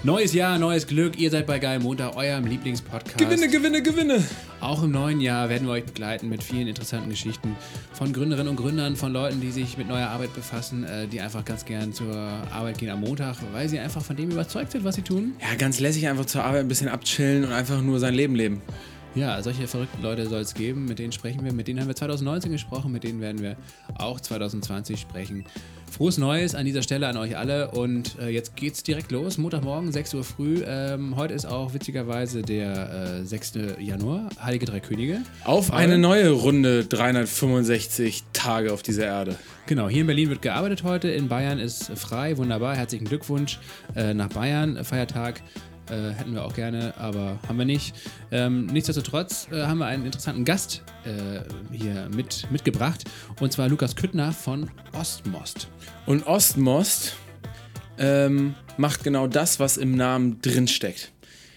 Neues Jahr, neues Glück. Ihr seid bei Geil Montag, eurem Lieblingspodcast. Gewinne. Auch im neuen Jahr werden wir euch begleiten mit vielen interessanten Geschichten von Gründerinnen und Gründern, von Leuten, die sich mit neuer Arbeit befassen, die einfach ganz gern zur Arbeit gehen am Montag, weil sie einfach von dem überzeugt sind, was sie tun. Ja, ganz lässig einfach zur Arbeit ein bisschen abchillen und einfach nur sein Leben leben. Ja, solche verrückten Leute soll es geben, mit denen sprechen wir, mit denen haben wir 2019 gesprochen, mit denen werden wir auch 2020 sprechen. Frohes Neues an dieser Stelle an euch alle und jetzt geht's direkt los, Montagmorgen, 6 Uhr früh. Heute ist auch witzigerweise der 6. Januar, Heilige Drei Könige. Auf eine neue Runde 365 Tage auf dieser Erde. Genau, hier in Berlin wird gearbeitet heute, in Bayern ist frei, wunderbar, herzlichen Glückwunsch nach Bayern, Feiertag. Hätten wir auch gerne, aber haben wir nicht. Nichtsdestotrotz haben wir einen interessanten Gast hier mitgebracht, und zwar Lukas Küttner von Ostmost. Und Ostmost macht genau das, was im Namen drinsteckt.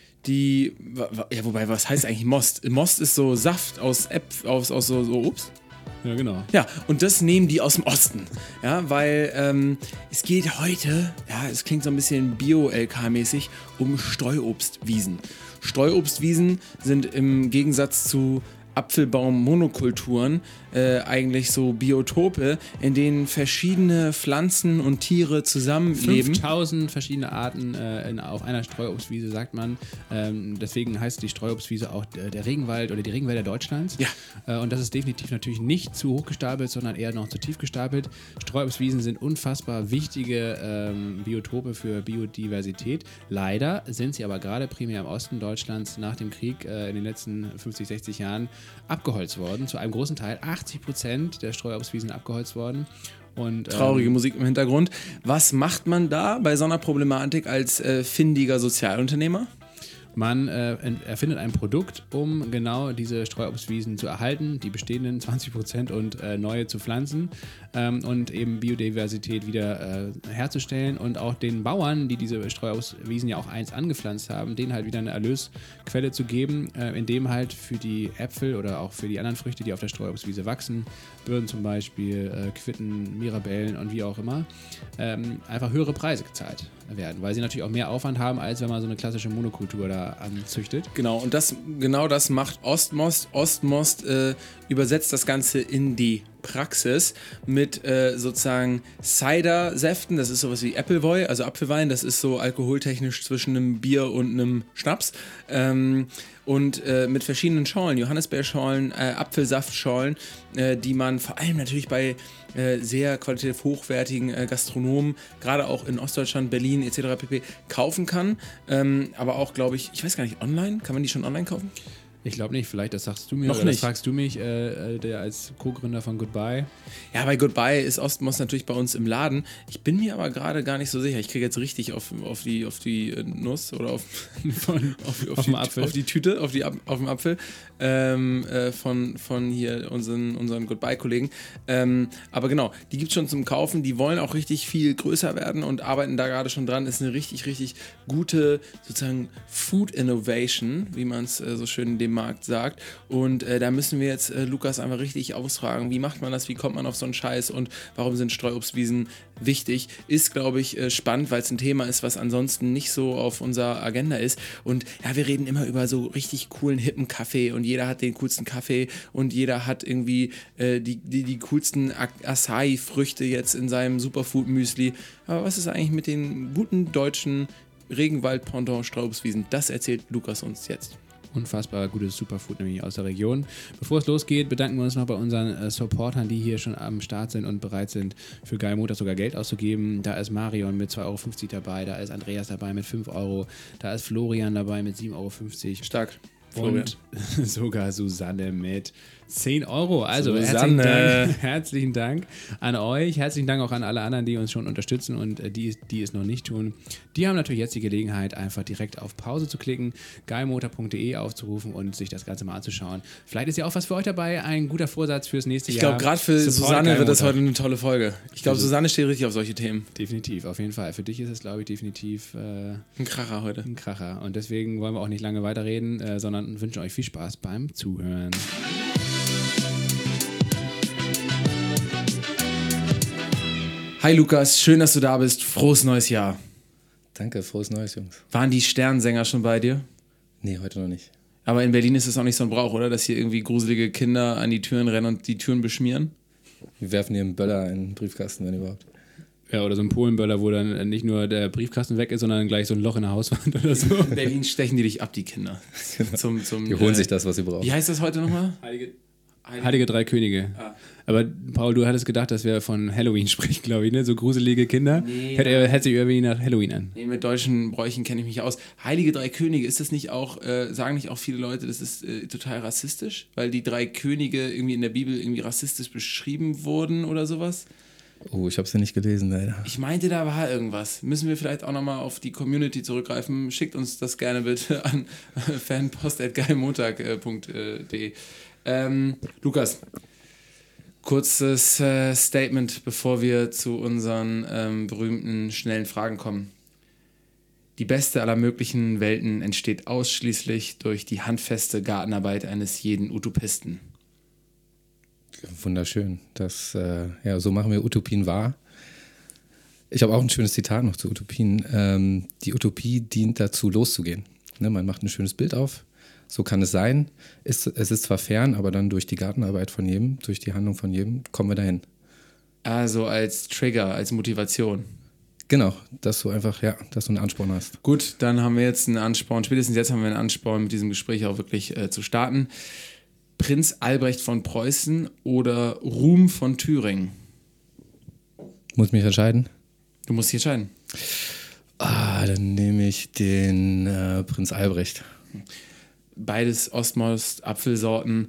Wobei, was heißt eigentlich Most? Most ist so Saft aus so Obst. Ja, genau. Ja, und das nehmen die aus dem Osten. Ja, weil es geht heute, ja, es klingt so ein bisschen Bio-LK-mäßig, um Streuobstwiesen. Streuobstwiesen sind im Gegensatz zu Apfelbaum-Monokulturen eigentlich so Biotope, in denen verschiedene Pflanzen und Tiere zusammenleben. 5000 verschiedene Arten auf einer Streuobstwiese, sagt man. Deswegen heißt die Streuobstwiese auch der Regenwald oder die Regenwälder Deutschlands. Ja. Und das ist definitiv natürlich nicht zu hoch gestapelt, sondern eher noch zu tief gestapelt. Streuobstwiesen sind unfassbar wichtige Biotope für Biodiversität. Leider sind sie aber gerade primär im Osten Deutschlands nach dem Krieg in den letzten 50, 60 Jahren abgeholzt worden. Zu einem großen Teil, 80% der Streuobstwiesen sind abgeholzt worden. Und, traurige Musik im Hintergrund. Was macht man da bei so einer Problematik als findiger Sozialunternehmer? Man erfindet ein Produkt, um genau diese Streuobstwiesen zu erhalten, die bestehenden 20% und neue zu pflanzen und eben Biodiversität wieder herzustellen und auch den Bauern, die diese Streuobstwiesen ja auch einst angepflanzt haben, denen halt wieder eine Erlösquelle zu geben, indem halt für die Äpfel oder auch für die anderen Früchte, die auf der Streuobstwiese wachsen, Birnen zum Beispiel, Quitten, Mirabellen und wie auch immer, einfach höhere Preise gezahlt werden, weil sie natürlich auch mehr Aufwand haben, als wenn man so eine klassische Monokultur da anzüchtet. Genau, und das macht Ostmost. Ostmost übersetzt das Ganze in die Praxis mit sozusagen Cider-Säften, das ist sowas wie Appleboy, also Apfelwein, das ist so alkoholtechnisch zwischen einem Bier und einem Schnaps. Und mit verschiedenen Schorlen, Johannisbeerschorlen, Apfelsaftschorlen, die man vor allem natürlich bei sehr qualitativ hochwertigen Gastronomen, gerade auch in Ostdeutschland, Berlin etc. pp. kaufen kann. Aber auch, glaube ich weiß gar nicht, online? Kann man die schon online kaufen? Ich glaube nicht, vielleicht das sagst du mir noch oder nicht. Das fragst du mich, der als Co-Gründer von Goodbye. Ja, bei Goodbye ist Ostmost natürlich bei uns im Laden. Ich bin mir aber gerade gar nicht so sicher. Ich kriege jetzt richtig auf die Nuss oder auf die Tüte, auf den Apfel von hier unseren Goodbye-Kollegen. Aber genau, die gibt es schon zum Kaufen. Die wollen auch richtig viel größer werden und arbeiten da gerade schon dran. Ist eine richtig, richtig gute sozusagen Food Innovation, wie man es so schön in dem Markt sagt. Und da müssen wir jetzt Lukas einfach richtig ausfragen, wie macht man das, wie kommt man auf so einen Scheiß und warum sind Streuobstwiesen wichtig? Ist, glaube ich, spannend, weil es ein Thema ist, was ansonsten nicht so auf unserer Agenda ist. Und ja, wir reden immer über so richtig coolen, hippen Kaffee und jeder hat den coolsten Kaffee und jeder hat irgendwie die coolsten Acai-Früchte jetzt in seinem Superfood-Müsli. Aber was ist eigentlich mit den guten deutschen Regenwald-Pendant Streuobstwiesen? Das erzählt Lukas uns jetzt. Unfassbar gutes Superfood, nämlich aus der Region. Bevor es losgeht, bedanken wir uns noch bei unseren Supportern, die hier schon am Start sind und bereit sind, für Geil Montag sogar Geld auszugeben. Da ist Marion mit 2,50 Euro dabei, da ist Andreas dabei mit 5 Euro, da ist Florian dabei mit 7,50 Euro. Stark. Florian. Und sogar Susanne mit 10 Euro. Also herzlichen Dank an euch. Herzlichen Dank auch an alle anderen, die uns schon unterstützen und die es noch nicht tun. Die haben natürlich jetzt die Gelegenheit, einfach direkt auf Pause zu klicken, geilmotor.de aufzurufen und sich das Ganze mal anzuschauen. Vielleicht ist ja auch was für euch dabei, ein guter Vorsatz fürs nächste Jahr. Ich glaube, gerade für Susanne wird das heute eine tolle Folge. Ich glaube, Susanne steht richtig auf solche Themen. Definitiv, auf jeden Fall. Für dich ist es, glaube ich, definitiv ein Kracher heute. Ein Kracher. Und deswegen wollen wir auch nicht lange weiterreden, sondern wünschen euch viel Spaß beim Zuhören. Hi Lukas, schön, dass du da bist. Frohes neues Jahr. Danke, frohes Neues, Jungs. Waren die Sternsänger schon bei dir? Nee, heute noch nicht. Aber in Berlin ist es auch nicht so ein Brauch, oder? Dass hier irgendwie gruselige Kinder an die Türen rennen und die Türen beschmieren? Wir werfen hier einen Böller in den Briefkasten, wenn überhaupt. Ja, oder so ein Polenböller, wo dann nicht nur der Briefkasten weg ist, sondern gleich so ein Loch in der Hauswand oder so. In Berlin stechen die dich ab, die Kinder. Die holen sich das, was sie brauchen. Wie heißt das heute nochmal? Heilige Drei Könige. Ah. Aber Paul, du hattest gedacht, dass wir von Halloween sprechen, glaube ich, ne? So gruselige Kinder. Nee, hätte sich irgendwie nach Halloween an. Nee, mit deutschen Bräuchen kenne ich mich aus. Heilige Drei Könige, ist das nicht auch, sagen nicht auch viele Leute, das ist total rassistisch? Weil die drei Könige irgendwie in der Bibel irgendwie rassistisch beschrieben wurden oder sowas? Oh, ich habe es ja nicht gelesen, leider. Ich meinte, da war irgendwas. Müssen wir vielleicht auch nochmal auf die Community zurückgreifen? Schickt uns das gerne bitte an fanpost@geilmontag.de. Lukas, kurzes Statement, bevor wir zu unseren berühmten, schnellen Fragen kommen. Die beste aller möglichen Welten entsteht ausschließlich durch die handfeste Gartenarbeit eines jeden Utopisten. Wunderschön. So machen wir Utopien wahr. Ich habe auch ein schönes Zitat noch zu Utopien. Die Utopie dient dazu, loszugehen. Ne, man macht ein schönes Bild auf. So kann es sein. Es ist zwar fern, aber dann durch die Gartenarbeit von jedem, durch die Handlung von jedem, kommen wir dahin. Also als Trigger, als Motivation. Genau, dass du einfach, dass du einen Ansporn hast. Gut, dann haben wir jetzt einen Ansporn. Spätestens jetzt haben wir einen Ansporn, mit diesem Gespräch auch wirklich zu starten. Prinz Albrecht von Preußen oder Ruhm von Thüringen? Muss mich entscheiden? Du musst dich entscheiden. Dann nehme ich den Prinz Albrecht. Beides Ostmost-Apfelsorten.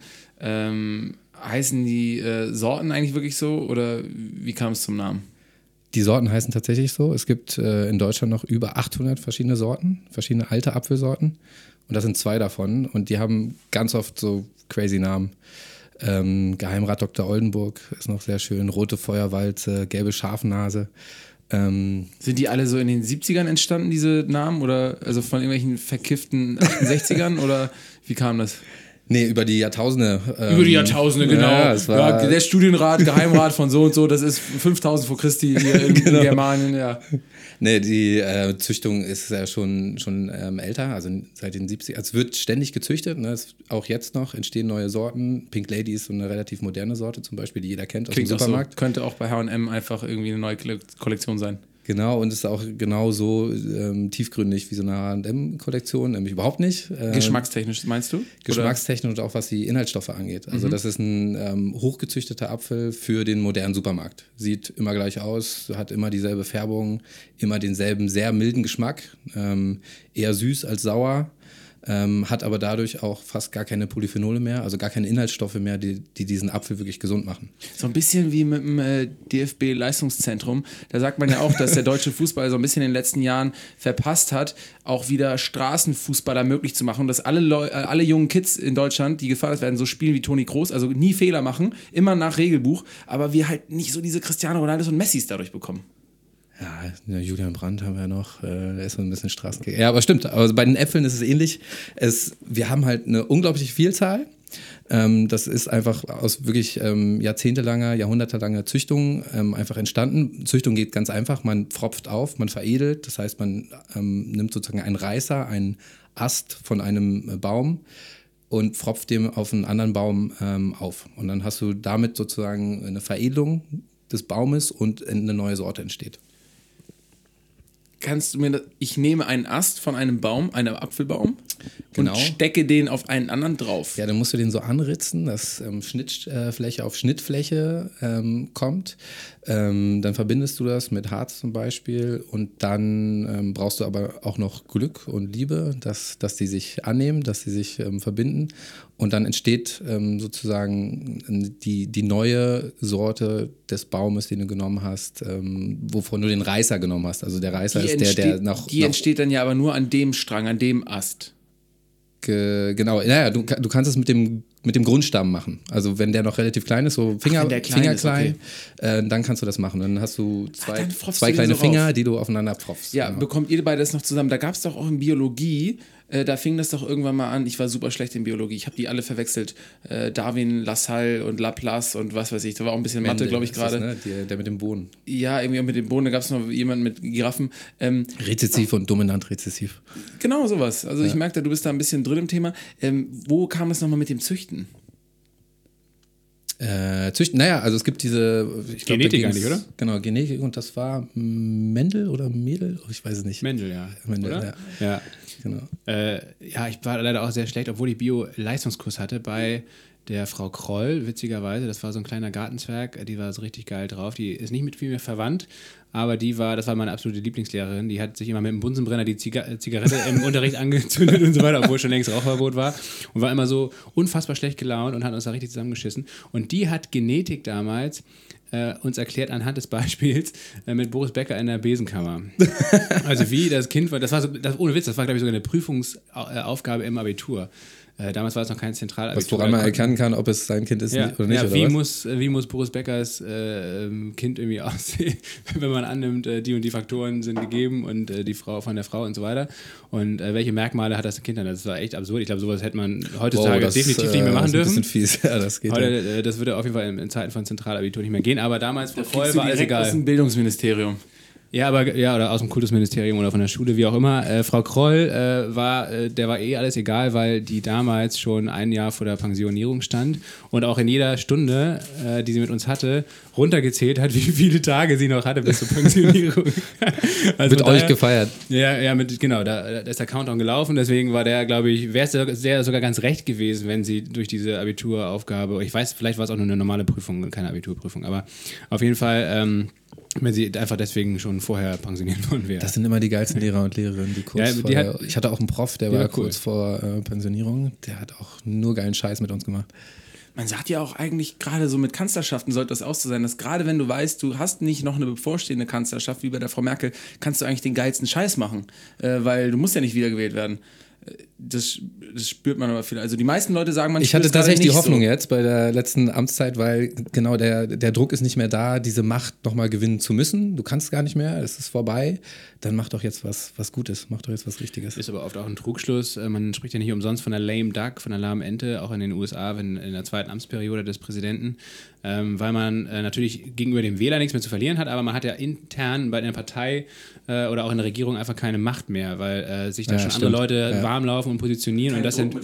Heißen die Sorten eigentlich wirklich so oder wie kam es zum Namen? Die Sorten heißen tatsächlich so. Es gibt in Deutschland noch über 800 verschiedene Sorten, verschiedene alte Apfelsorten. Und das sind 2 davon. Und die haben ganz oft so crazy Namen. Geheimrat Dr. Oldenburg ist noch sehr schön. Rote Feuerwalze, gelbe Schafnase. Sind die alle so in den 70ern entstanden, diese Namen? Oder also von irgendwelchen verkifften 68ern? Oder wie kam das? Nee, über die Jahrtausende. Über die Jahrtausende, genau. Ja, der Studienrat, Geheimrat von so und so, das ist 5000 vor Christi hier in Germanien, ja. Nee, die Züchtung ist ja schon älter, also seit den 70ern. Es wird ständig gezüchtet, ne? Auch jetzt noch entstehen neue Sorten. Pink Lady ist so eine relativ moderne Sorte zum Beispiel, die jeder kennt aus dem Supermarkt. So, könnte auch bei H&M einfach irgendwie eine neue Kollektion sein. Genau, und ist auch genauso tiefgründig wie so eine H&M-Kollektion, nämlich überhaupt nicht. Geschmackstechnisch meinst du? Geschmackstechnisch und auch was die Inhaltsstoffe angeht. Also das ist ein hochgezüchteter Apfel für den modernen Supermarkt. Sieht immer gleich aus, hat immer dieselbe Färbung, immer denselben sehr milden Geschmack, eher süß als sauer. Hat aber dadurch auch fast gar keine Polyphenole mehr, also gar keine Inhaltsstoffe mehr, die diesen Apfel wirklich gesund machen. So ein bisschen wie mit dem DFB-Leistungszentrum. Da sagt man ja auch, dass der deutsche Fußball so ein bisschen in den letzten Jahren verpasst hat, auch wieder Straßenfußballer möglich zu machen und dass alle jungen Kids in Deutschland, die gefördert werden, so spielen wie Toni Kroos, also nie Fehler machen, immer nach Regelbuch, aber wir halt nicht so diese Cristiano Ronaldo und Messis dadurch bekommen. Ja, Julian Brandt haben wir noch, der ist so ein bisschen Straßenkicker. Ja, aber stimmt, also bei den Äpfeln ist es ähnlich. Wir haben halt eine unglaubliche Vielzahl. Das ist einfach aus wirklich jahrhundertelanger Züchtung einfach entstanden. Züchtung geht ganz einfach, man pfropft auf, man veredelt, das heißt, man nimmt sozusagen einen Reißer, einen Ast von einem Baum und pfropft dem auf einen anderen Baum auf. Und dann hast du damit sozusagen eine Veredelung des Baumes und eine neue Sorte entsteht. Ich nehme einen Ast von einem Baum, einem Apfelbaum, und stecke den auf einen anderen drauf. Ja, dann musst du den so anritzen, dass Schnittfläche auf Schnittfläche kommt. Dann verbindest du das mit Harz zum Beispiel und dann brauchst du aber auch noch Glück und Liebe, dass die sich annehmen, dass sie sich verbinden und dann entsteht sozusagen die neue Sorte des Baumes, den du genommen hast, wovon du den Reißer genommen hast. Also der Reißer ist der noch... Die entsteht dann ja aber nur an dem Strang, an dem Ast. Genau, naja, du kannst es mit dem mit dem Grundstamm machen. Also wenn der noch relativ klein ist, so fingerklein, dann kannst du das machen. Dann hast du zwei kleine Finger, die du aufeinander pfropfst. Ja, bekommt ihr beide das noch zusammen? Da gab es doch auch in Biologie, da fing das doch irgendwann mal an, ich war super schlecht in Biologie, ich habe die alle verwechselt, Darwin, Lassalle und Laplace und was weiß ich, da war auch ein bisschen Mathe, glaube ich, gerade. Ne? Der mit dem Boden. Ja, irgendwie auch mit dem Boden, da gab es noch jemanden mit Giraffen. Rezessiv und dominant rezessiv. Genau, sowas. Also ich merke, du bist da ein bisschen drin im Thema. Wo kam es nochmal mit dem Züchten? Naja, also es gibt diese Genetik eigentlich, oder? Genau, Genetik, und das war Mendel oder Mädel? Ich weiß es nicht. Mendel, ja. Mendel, oder? Ja. Genau. Ich war leider auch sehr schlecht, obwohl ich Bio-Leistungskurs hatte bei der Frau Kroll, witzigerweise. Das war so ein kleiner Gartenzwerg, die war so richtig geil drauf. Die ist nicht mit viel mehr verwandt, aber das war meine absolute Lieblingslehrerin. Die hat sich immer mit dem Bunsenbrenner die Zigarette im Unterricht angezündet und so weiter, obwohl schon längst Rauchverbot war. Und war immer so unfassbar schlecht gelaunt und hat uns da richtig zusammengeschissen. Und die hat Genetik damals uns erklärt anhand des Beispiels mit Boris Becker in der Besenkammer. Also wie das Kind war, ohne Witz, das war glaube ich sogar eine Prüfungsaufgabe im Abitur. Damals war es noch kein Zentralabitur. Woran man erkennen kann, ob es sein Kind ist oder nicht. Ja, oder wie muss Boris Beckers Kind irgendwie aussehen, wenn man annimmt, die und die Faktoren sind gegeben und die Frau von der Frau und so weiter. Und welche Merkmale hat das Kind dann? Das war echt absurd. Ich glaube, sowas hätte man heutzutage definitiv nicht mehr machen dürfen. Das ist ein bisschen fies. Ja, das geht. Heute, das würde auf jeden Fall in Zeiten von Zentralabitur nicht mehr gehen. Aber damals vorher war alles egal. Aus dem Bildungsministerium. Ja, oder aus dem Kultusministerium oder von der Schule, wie auch immer. Frau Kroll der war alles egal, weil die damals schon ein Jahr vor der Pensionierung stand und auch in jeder Stunde, die sie mit uns hatte, runtergezählt hat, wie viele Tage sie noch hatte bis zur Pensionierung. Also mit euch gefeiert. Ja, genau, da ist der Countdown gelaufen, deswegen war der, glaube ich, wäre es sogar ganz recht gewesen, wenn sie durch diese Abituraufgabe, ich weiß, vielleicht war es auch nur eine normale Prüfung, keine Abiturprüfung, aber auf jeden Fall, wenn sie einfach deswegen schon vorher pensioniert worden wäre. Das sind immer die geilsten Lehrer und Lehrerinnen, die kurz ich hatte auch einen Prof, der war kurz vor Pensionierung, der hat auch nur geilen Scheiß mit uns gemacht. Man sagt ja auch eigentlich, gerade so mit Kanzlerschaften sollte das auch so sein, dass gerade wenn du weißt, du hast nicht noch eine bevorstehende Kanzlerschaft, wie bei der Frau Merkel, kannst du eigentlich den geilsten Scheiß machen, weil du musst ja nicht wiedergewählt werden. Das spürt man aber viel. Also die meisten Leute sagen, ich hatte tatsächlich die Hoffnung jetzt bei der letzten Amtszeit, weil genau der Druck ist nicht mehr da, diese Macht nochmal gewinnen zu müssen. Du kannst gar nicht mehr, es ist vorbei. Dann mach doch jetzt was Gutes, mach doch jetzt was Richtiges. Ist aber oft auch ein Trugschluss. Man spricht ja nicht umsonst von der lame duck, von der lahmen Ente, auch in den USA, in der zweiten Amtsperiode des Präsidenten, weil man natürlich gegenüber dem Wähler nichts mehr zu verlieren hat, aber man hat ja intern bei einer Partei oder auch in der Regierung einfach keine Macht mehr, weil sich da schon andere Leute warm laufen und positionieren. Und das sind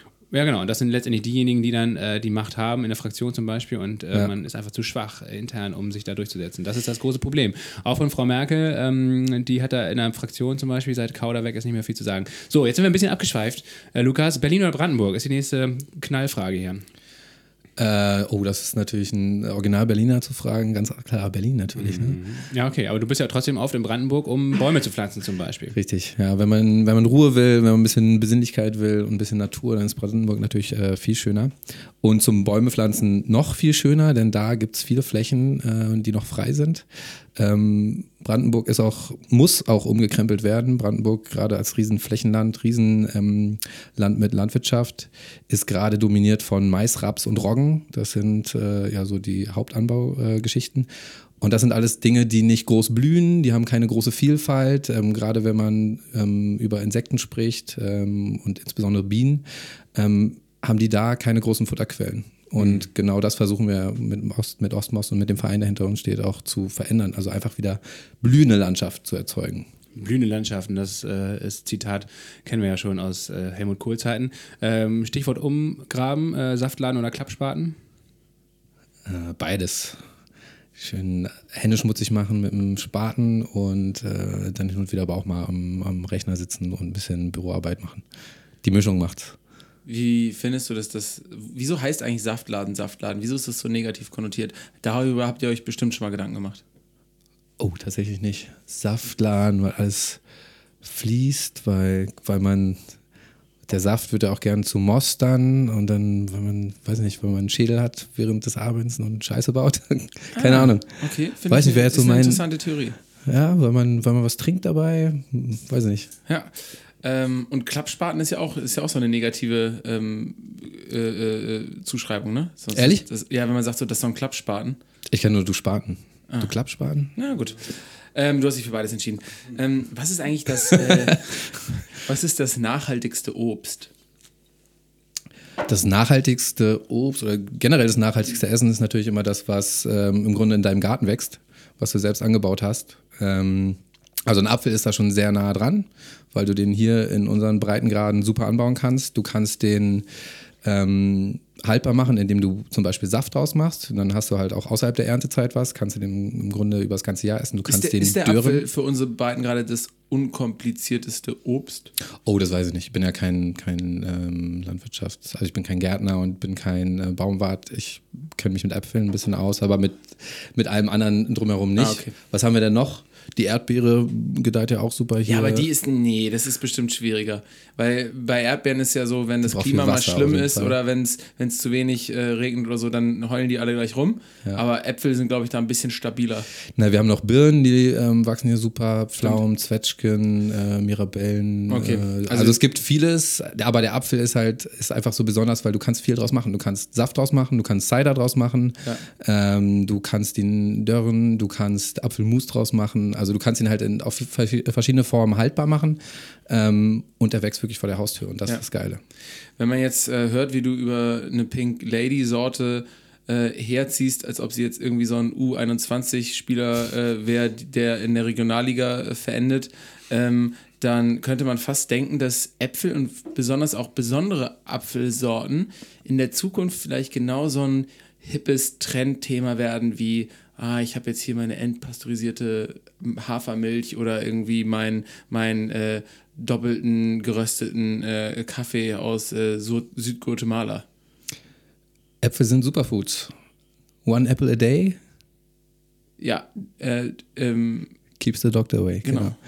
und das sind letztendlich diejenigen, die dann die Macht haben, in der Fraktion zum Beispiel, und man ist einfach zu schwach intern, um sich da durchzusetzen. Das ist das große Problem. Auch von Frau Merkel, die hat da in der Fraktion zum Beispiel, seit Kauder weg ist, nicht mehr viel zu sagen. So, jetzt sind wir ein bisschen abgeschweift. Lukas, Berlin oder Brandenburg ist die nächste Knallfrage hier. Das ist natürlich ein Original-Berliner zu fragen, ganz klar Berlin natürlich. Ne? Ja, okay, aber du bist ja trotzdem oft in Brandenburg, um Bäume zu pflanzen zum Beispiel. Richtig, ja, wenn man Ruhe will, wenn man ein bisschen Besinnlichkeit will und ein bisschen Natur, dann ist Brandenburg natürlich viel schöner. Und zum Bäume pflanzen noch viel schöner, denn da gibt es viele Flächen, die noch frei sind. Brandenburg muss auch umgekrempelt werden. Brandenburg, gerade als Riesenflächenland, Land mit Landwirtschaft, ist gerade dominiert von Mais, Raps und Roggen. Das sind so die Hauptanbaugeschichten. Und das sind alles Dinge, die nicht groß blühen, die haben keine große Vielfalt. Gerade wenn man über Insekten spricht und insbesondere Bienen, haben die da keine großen Futterquellen. Und genau das versuchen wir mit Ostmost und mit dem Verein, der hinter uns steht, auch zu verändern. Also einfach wieder blühende Landschaft zu erzeugen. Blühende Landschaften, das ist Zitat, kennen wir ja schon aus Helmut Kohl Zeiten. Stichwort umgraben, Saftladen oder Klappspaten? Beides. Schön Hände schmutzig machen mit dem Spaten und dann hin und wieder aber auch mal am Rechner sitzen und ein bisschen Büroarbeit machen. Die Mischung macht's. Wie findest du wieso heißt eigentlich Saftladen? Wieso ist das so negativ konnotiert? Darüber habt ihr euch bestimmt schon mal Gedanken gemacht. Oh, tatsächlich nicht. Saftladen, weil alles fließt, weil der Saft wird ja auch gern zu Most dann und dann, wenn man einen Schädel hat während des Abends und Scheiße baut. Keine Ahnung. Okay, weiß nicht, wer jetzt so eine interessante Theorie. Ja, weil man was trinkt dabei, weiß ich nicht. Ja. Und Klappspaten ist ja auch so eine negative Zuschreibung, ne? Sonst Ehrlich? Ja, wenn man sagt, so, das ist so ein Klappspaten. Ich kenne nur du Spaten. Du Klappspaten? Na gut. Du hast dich für beides entschieden. Was ist eigentlich was ist das nachhaltigste Obst? Das nachhaltigste Obst oder generell das nachhaltigste Essen ist natürlich immer das, was im Grunde in deinem Garten wächst, was du selbst angebaut hast. Also ein Apfel ist da schon sehr nah dran, weil du den hier in unseren Breitengraden super anbauen kannst. Du kannst den haltbar machen, indem du zum Beispiel Saft draus machst. Und dann hast du halt auch außerhalb der Erntezeit was, kannst du den im Grunde über das ganze Jahr essen. Du kannst ist der Apfel für unsere Breitengrade das unkomplizierteste Obst? Oh, das weiß ich nicht. Ich bin ja kein also ich bin kein Gärtner und bin kein Baumwart. Ich kenne mich mit Äpfeln ein bisschen aus, aber mit allem anderen drumherum nicht. Okay. Was haben wir denn noch? Die Erdbeere gedeiht ja auch super hier. Ja, aber das ist bestimmt schwieriger. Weil bei Erdbeeren ist ja so, wenn das braucht Klima viel mal Wasser schlimm auf jeden ist Fall. oder wenn es zu wenig regnet oder so, dann heulen die alle gleich rum. Ja. Aber Äpfel sind, glaube ich, da ein bisschen stabiler. Na, wir haben noch Birnen, die wachsen hier super, Pflaumen, Zwetschgen, Mirabellen. Okay. Also es gibt vieles, aber der Apfel ist einfach so besonders, weil du kannst viel draus machen. Du kannst Saft draus machen, du kannst Cider draus machen, du kannst ihn dörren, du kannst Apfelmus draus machen. Also du kannst ihn halt auf verschiedene Formen haltbar machen und er wächst wirklich vor der Haustür und das ist das Geile. Wenn man jetzt hört, wie du über eine Pink Lady Sorte herziehst, als ob sie jetzt irgendwie so ein U21-Spieler wäre, der in der Regionalliga verendet, dann könnte man fast denken, dass Äpfel und besonders auch besondere Apfelsorten in der Zukunft vielleicht genau so ein hippes Trendthema werden wie ich habe jetzt hier meine entpasteurisierte Hafermilch oder irgendwie meinen doppelten gerösteten Kaffee aus Südguatemala. Äpfel sind Superfoods. One apple a day Ja, keeps the doctor away. genau.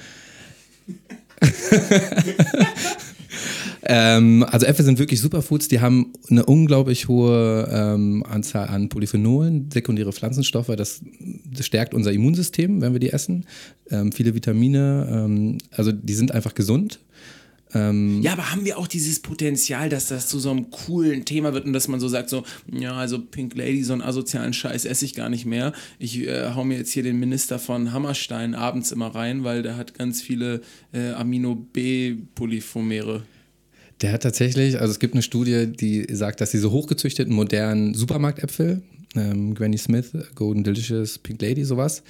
Also Äpfel sind wirklich Superfoods, die haben eine unglaublich hohe Anzahl an Polyphenolen, sekundäre Pflanzenstoffe, das stärkt unser Immunsystem, wenn wir die essen. Viele Vitamine, also die sind einfach gesund. Ja, aber haben wir auch dieses Potenzial, dass das zu so einem coolen Thema wird und dass man so sagt, so, ja, also Pink Lady, so einen asozialen Scheiß esse ich gar nicht mehr. Ich hau mir jetzt hier den Minister von Hammerstein abends immer rein, weil der hat ganz viele Amino-B-Polyphomere. Der hat tatsächlich, also es gibt eine Studie, die sagt, dass diese hochgezüchteten modernen Supermarktäpfel, Granny Smith, Golden Delicious, Pink Lady, sowas,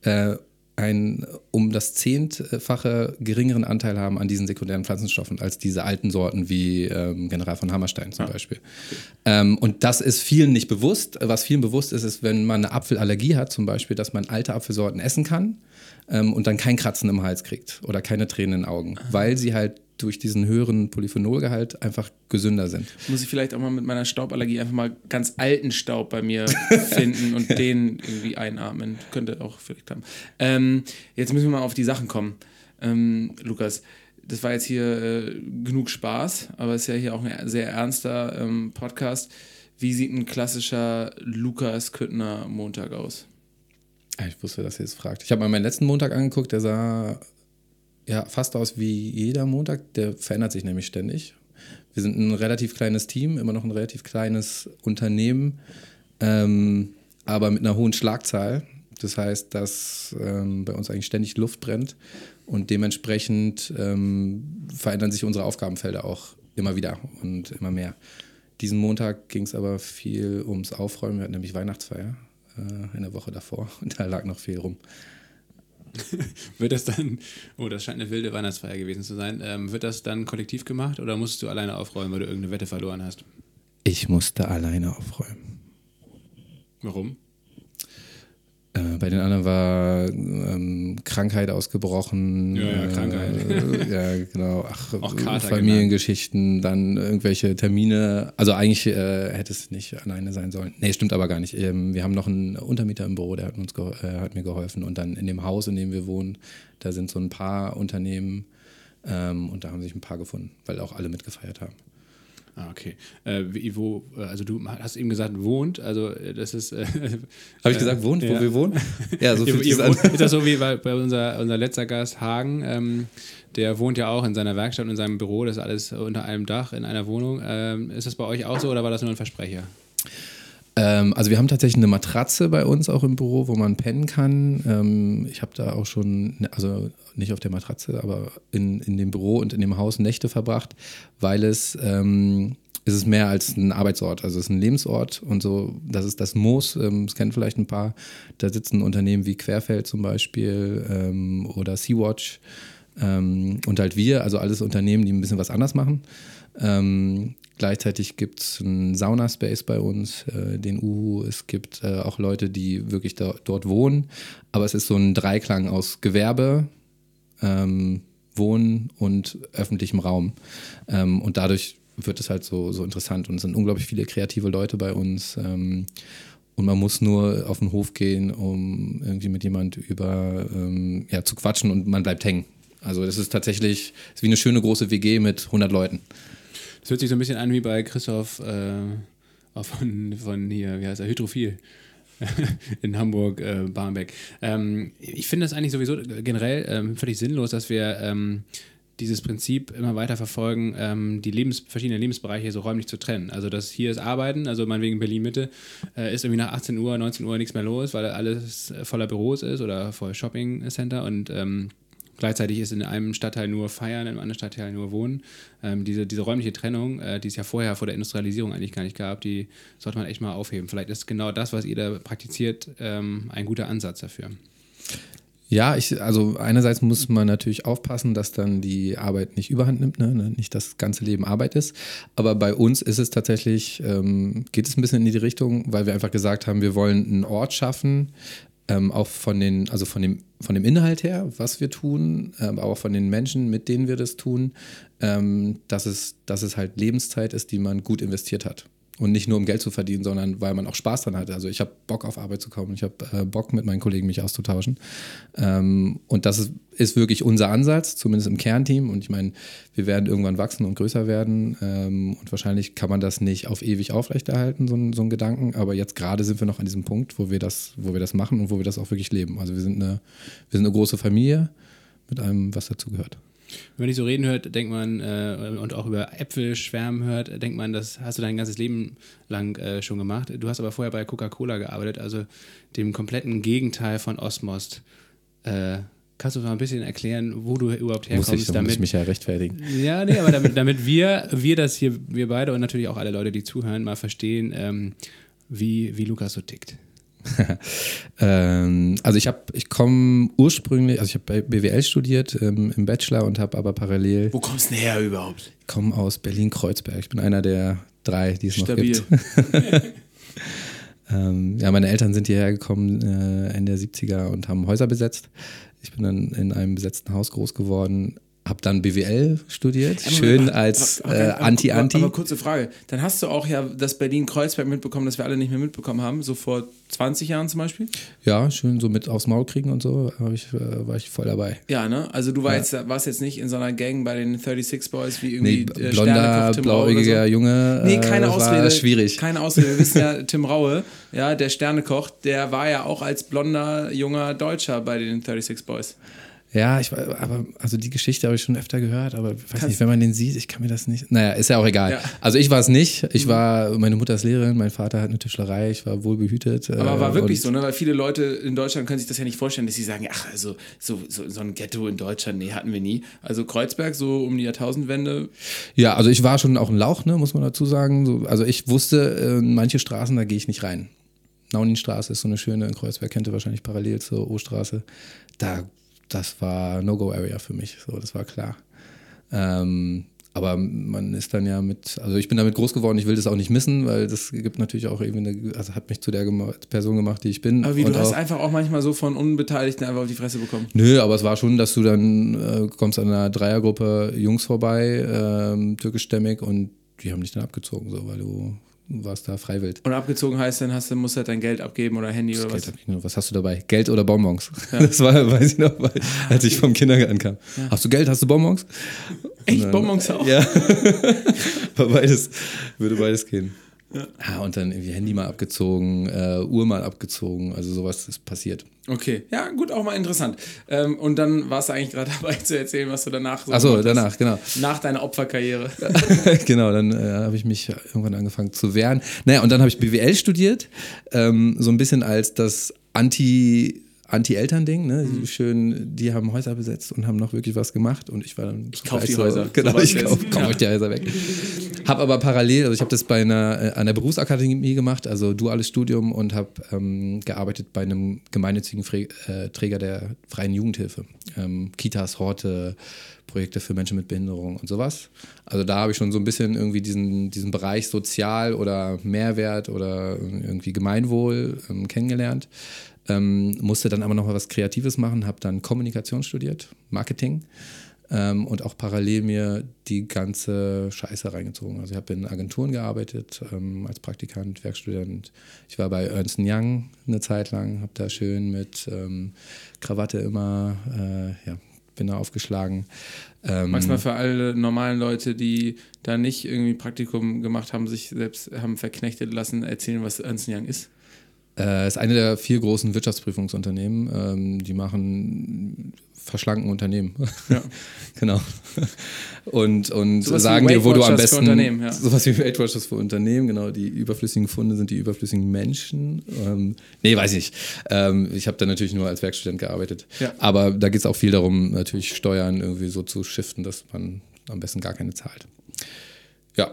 um das 10-fache geringeren Anteil haben an diesen sekundären Pflanzenstoffen als diese alten Sorten wie General von Hammerstein zum Beispiel. Und das ist vielen nicht bewusst. Was vielen bewusst ist, ist, wenn man eine Apfelallergie hat zum Beispiel, dass man alte Apfelsorten essen kann und dann kein Kratzen im Hals kriegt oder keine Tränen in den Augen, weil sie halt durch diesen höheren Polyphenolgehalt einfach gesünder sind. Muss ich vielleicht auch mal mit meiner Stauballergie einfach mal ganz alten Staub bei mir finden und den irgendwie einatmen. Könnte auch vielleicht klappen. Jetzt müssen wir mal auf die Sachen kommen. Lukas, das war jetzt hier genug Spaß, aber es ist ja hier auch ein sehr ernster Podcast. Wie sieht ein klassischer Lukas Küttner Montag aus? Ich wusste, dass ihr das fragt. Ich habe mal meinen letzten Montag angeguckt, der sah fast aus wie jeder Montag. Der verändert sich nämlich ständig. Wir sind ein relativ kleines Team, immer noch ein relativ kleines Unternehmen, aber mit einer hohen Schlagzahl. Das heißt, dass bei uns eigentlich ständig Luft brennt und dementsprechend verändern sich unsere Aufgabenfelder auch immer wieder und immer mehr. Diesen Montag ging es aber viel ums Aufräumen. Wir hatten nämlich Weihnachtsfeier in der Woche davor und da lag noch viel rum. Wird das dann, das scheint eine wilde Weihnachtsfeier gewesen zu sein, wird das dann kollektiv gemacht oder musst du alleine aufräumen, weil du irgendeine Wette verloren hast? Ich musste alleine aufräumen. Warum? Bei den anderen war Krankheit ausgebrochen. Ja, Krankheit. Ja, genau. Auch Kater Familiengeschichten, dann irgendwelche Termine. Also eigentlich hätte es nicht alleine sein sollen. Nee, stimmt aber gar nicht. Wir haben noch einen Untermieter im Büro, der hat mir geholfen. Und dann in dem Haus, in dem wir wohnen, da sind so ein paar Unternehmen und da haben sich ein paar gefunden, weil auch alle mitgefeiert haben. Ah, okay. Also du hast eben gesagt, wohnt, also das ist... Habe ich gesagt, wohnt, wo wir wohnen? Ja, so fühlt sich an. Ist das so wie bei unser letzter Gast Hagen, der wohnt ja auch in seiner Werkstatt und in seinem Büro, das ist alles unter einem Dach in einer Wohnung. Ist das bei euch auch so oder war das nur ein Versprecher? Also wir haben tatsächlich eine Matratze bei uns auch im Büro, wo man pennen kann. Ich habe da auch schon, also nicht auf der Matratze, aber in dem Büro und in dem Haus Nächte verbracht, weil es ist mehr als ein Arbeitsort, also es ist ein Lebensort und so, das ist das Moos, das kennen vielleicht ein paar, da sitzen Unternehmen wie Querfeld zum Beispiel oder Sea-Watch und halt wir, also alles Unternehmen, die ein bisschen was anders machen. Gleichzeitig gibt es einen Sauna-Space bei uns, den Uhu. Es gibt auch Leute, die wirklich dort wohnen. Aber es ist so ein Dreiklang aus Gewerbe, Wohnen und öffentlichem Raum. Und dadurch wird es halt so interessant. Und es sind unglaublich viele kreative Leute bei uns. Und man muss nur auf den Hof gehen, um irgendwie mit jemand zu quatschen und man bleibt hängen. Also das ist tatsächlich wie eine schöne große WG mit 100 Leuten. Das hört sich so ein bisschen an wie bei Christoph von hier, wie heißt er, Hydrophil in Hamburg, Barmbek. Ich finde das eigentlich sowieso generell völlig sinnlos, dass wir dieses Prinzip immer weiter verfolgen, die verschiedenen Lebensbereiche so räumlich zu trennen. Also das hier ist Arbeiten, also meinetwegen Berlin-Mitte, ist irgendwie nach 18 Uhr, 19 Uhr nichts mehr los, weil alles voller Büros ist oder voll Shopping-Center und gleichzeitig ist in einem Stadtteil nur Feiern, im anderen Stadtteil nur Wohnen. Diese räumliche Trennung, die es ja vorher vor der Industrialisierung eigentlich gar nicht gab, die sollte man echt mal aufheben. Vielleicht ist genau das, was ihr da praktiziert, ein guter Ansatz dafür. Ja, also einerseits muss man natürlich aufpassen, dass dann die Arbeit nicht überhand nimmt, ne? Nicht das ganze Leben Arbeit ist. Aber bei uns ist es tatsächlich, geht es ein bisschen in die Richtung, weil wir einfach gesagt haben, wir wollen einen Ort schaffen, auch von dem Inhalt her, was wir tun, aber auch von den Menschen, mit denen wir das tun, dass es halt Lebenszeit ist, die man gut investiert hat. Und nicht nur um Geld zu verdienen, sondern weil man auch Spaß dran hatte. Also ich habe Bock auf Arbeit zu kommen, ich habe Bock mit meinen Kollegen mich auszutauschen. Und das ist wirklich unser Ansatz, zumindest im Kernteam. Und ich meine, wir werden irgendwann wachsen und größer werden. Und wahrscheinlich kann man das nicht auf ewig aufrechterhalten, so ein Gedanken. Aber jetzt gerade sind wir noch an diesem Punkt, wo wir das machen und wo wir das auch wirklich leben. Also wir sind eine große Familie mit allem, was dazugehört. Wenn man dich so reden hört, denkt man, und auch über Äpfel schwärmen hört, denkt man, das hast du dein ganzes Leben lang schon gemacht. Du hast aber vorher bei Coca-Cola gearbeitet, also dem kompletten Gegenteil von Osmost. Kannst du mal ein bisschen erklären, wo du überhaupt herkommst? Muss ich mich ja rechtfertigen. Ja, nee, aber damit wir das hier, wir beide und natürlich auch alle Leute, die zuhören, mal verstehen, wie Lukas so tickt. Also ich komme ursprünglich, also ich habe bei BWL studiert im Bachelor und habe aber parallel... Wo kommst du denn her überhaupt? Ich komme aus Berlin-Kreuzberg. Ich bin einer der 3, die es Stabil. noch gibt. Meine Eltern sind hierher gekommen Ende der 70er und haben Häuser besetzt. Ich bin dann in einem besetzten Haus groß geworden, habe dann BWL studiert, schön als Anti-Anti. Aber kurze Frage, dann hast du auch ja das Berlin-Kreuzberg mitbekommen, das wir alle nicht mehr mitbekommen haben, so vor 20 Jahren zum Beispiel? Ja, schön so mit aufs Maul kriegen und so, war ich voll dabei. Ja, ne? Also du warst jetzt nicht in so einer Gang bei den 36 Boys wie irgendwie blonder, blauäugiger so. Junge. Nee, keine Ausrede. War schwierig. Keine Ausrede. Wir wissen ja, Tim Raue, ja, der Sternekoch, der war ja auch als blonder, junger Deutscher bei den 36 Boys. Ja, also die Geschichte habe ich schon öfter gehört, aber ich weiß nicht, wenn man den sieht, ich kann mir das nicht. Naja, ist ja auch egal. Ja. Also ich war es nicht. Meine Mutter ist Lehrerin, mein Vater hat eine Tischlerei, ich war wohlbehütet. Aber war wirklich so, ne? Weil viele Leute in Deutschland können sich das ja nicht vorstellen, dass sie sagen, ach, also so ein Ghetto in Deutschland, nee, hatten wir nie. Also Kreuzberg, so um die Jahrtausendwende. Ja, also ich war schon auch ein Lauch, ne, muss man dazu sagen. So, also ich wusste, manche Straßen, da gehe ich nicht rein. Nauninstraße ist so eine schöne, in Kreuzberg kennt ihr wahrscheinlich parallel zur O-Straße. Das war No-Go-Area für mich, so, das war klar. Aber man ist dann ja also ich bin damit groß geworden, ich will das auch nicht missen, weil das gibt natürlich auch irgendwie hat mich zu der Person gemacht, die ich bin. Aber du hast einfach auch manchmal so von Unbeteiligten einfach auf die Fresse bekommen? Nö, aber es war schon, dass du dann kommst an einer Dreiergruppe Jungs vorbei, türkischstämmig, und die haben dich dann abgezogen, so, weil du warst da freiwillig. Und abgezogen heißt, dann musst du halt dein Geld abgeben oder Handy oder was? Was hast du dabei? Geld oder Bonbons? Ja. Das war, weiß ich noch, als ich vom Kindergarten kam. Ja. Hast du Geld, hast du Bonbons? Echt, dann, Bonbons auch? Ja. Würde beides gehen. Ja, und dann irgendwie Handy mal abgezogen, Uhr mal abgezogen, also sowas ist passiert. Okay, ja gut, auch mal interessant. Und dann warst du eigentlich gerade dabei zu erzählen, was du danach so Achso, danach, genau. Nach deiner Opferkarriere. Genau, dann habe ich mich irgendwann angefangen zu wehren. Naja, und dann habe ich BWL studiert, so ein bisschen als das Anti-Eltern-Ding, ne? Schön, die haben Häuser besetzt und haben noch wirklich was gemacht und ich war dann... Ich kaufe die Häuser. Genau, ich kauf euch die Häuser weg. Habe aber parallel, also ich habe das an der Berufsakademie gemacht, also duales Studium und habe gearbeitet bei einem gemeinnützigen Träger der freien Jugendhilfe. Kitas, Horte, Projekte für Menschen mit Behinderung und sowas. Also da habe ich schon so ein bisschen irgendwie diesen Bereich Sozial oder Mehrwert oder irgendwie Gemeinwohl kennengelernt. Musste dann aber noch mal was Kreatives machen, habe dann Kommunikation studiert, Marketing und auch parallel mir die ganze Scheiße reingezogen. Also ich habe in Agenturen gearbeitet, als Praktikant, Werkstudent. Ich war bei Ernst & Young eine Zeit lang, habe da schön mit Krawatte immer, bin da aufgeschlagen. Magst du mal für alle normalen Leute, die da nicht irgendwie Praktikum gemacht haben, sich selbst haben verknechtet lassen, erzählen, was Ernst & Young ist? Ist eine der 4 großen Wirtschaftsprüfungsunternehmen. Die verschlanken Unternehmen. Ja. Genau. Und sowas sagen dir, wo du am besten... Sowas wie Weight Watchers für Unternehmen, genau. Die überflüssigen Funde sind die überflüssigen Menschen. Weiß ich nicht. Ich habe da natürlich nur als Werkstudent gearbeitet. Ja. Aber da geht es auch viel darum, natürlich Steuern irgendwie so zu shiften, dass man am besten gar keine zahlt. Ja.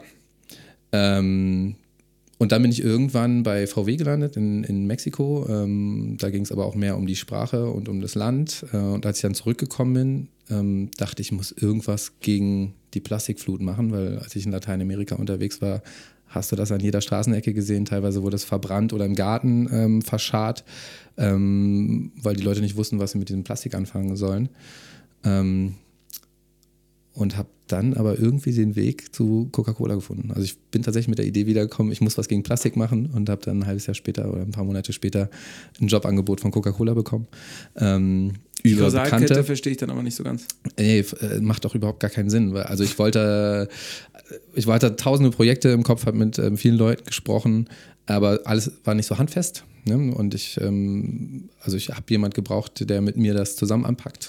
Und dann bin ich irgendwann bei VW gelandet in Mexiko. Da ging es aber auch mehr um die Sprache und um das Land. Und als ich dann zurückgekommen bin, dachte ich, ich muss irgendwas gegen die Plastikflut machen, weil als ich in Lateinamerika unterwegs war, hast du das an jeder Straßenecke gesehen. Teilweise wurde es verbrannt oder im Garten verscharrt, weil die Leute nicht wussten, was sie mit diesem Plastik anfangen sollen. Und habe dann aber irgendwie den Weg zu Coca-Cola gefunden. Also ich bin tatsächlich mit der Idee wiedergekommen, ich muss was gegen Plastik machen und habe dann ein halbes Jahr später oder ein paar Monate später ein Jobangebot von Coca-Cola bekommen. Die Kausalkette verstehe ich dann aber nicht so ganz. Nee, macht doch überhaupt gar keinen Sinn. Also ich hatte tausende Projekte im Kopf, habe mit vielen Leuten gesprochen, aber alles war nicht so handfest. Ne? Und ich habe jemand gebraucht, der mit mir das zusammen anpackt.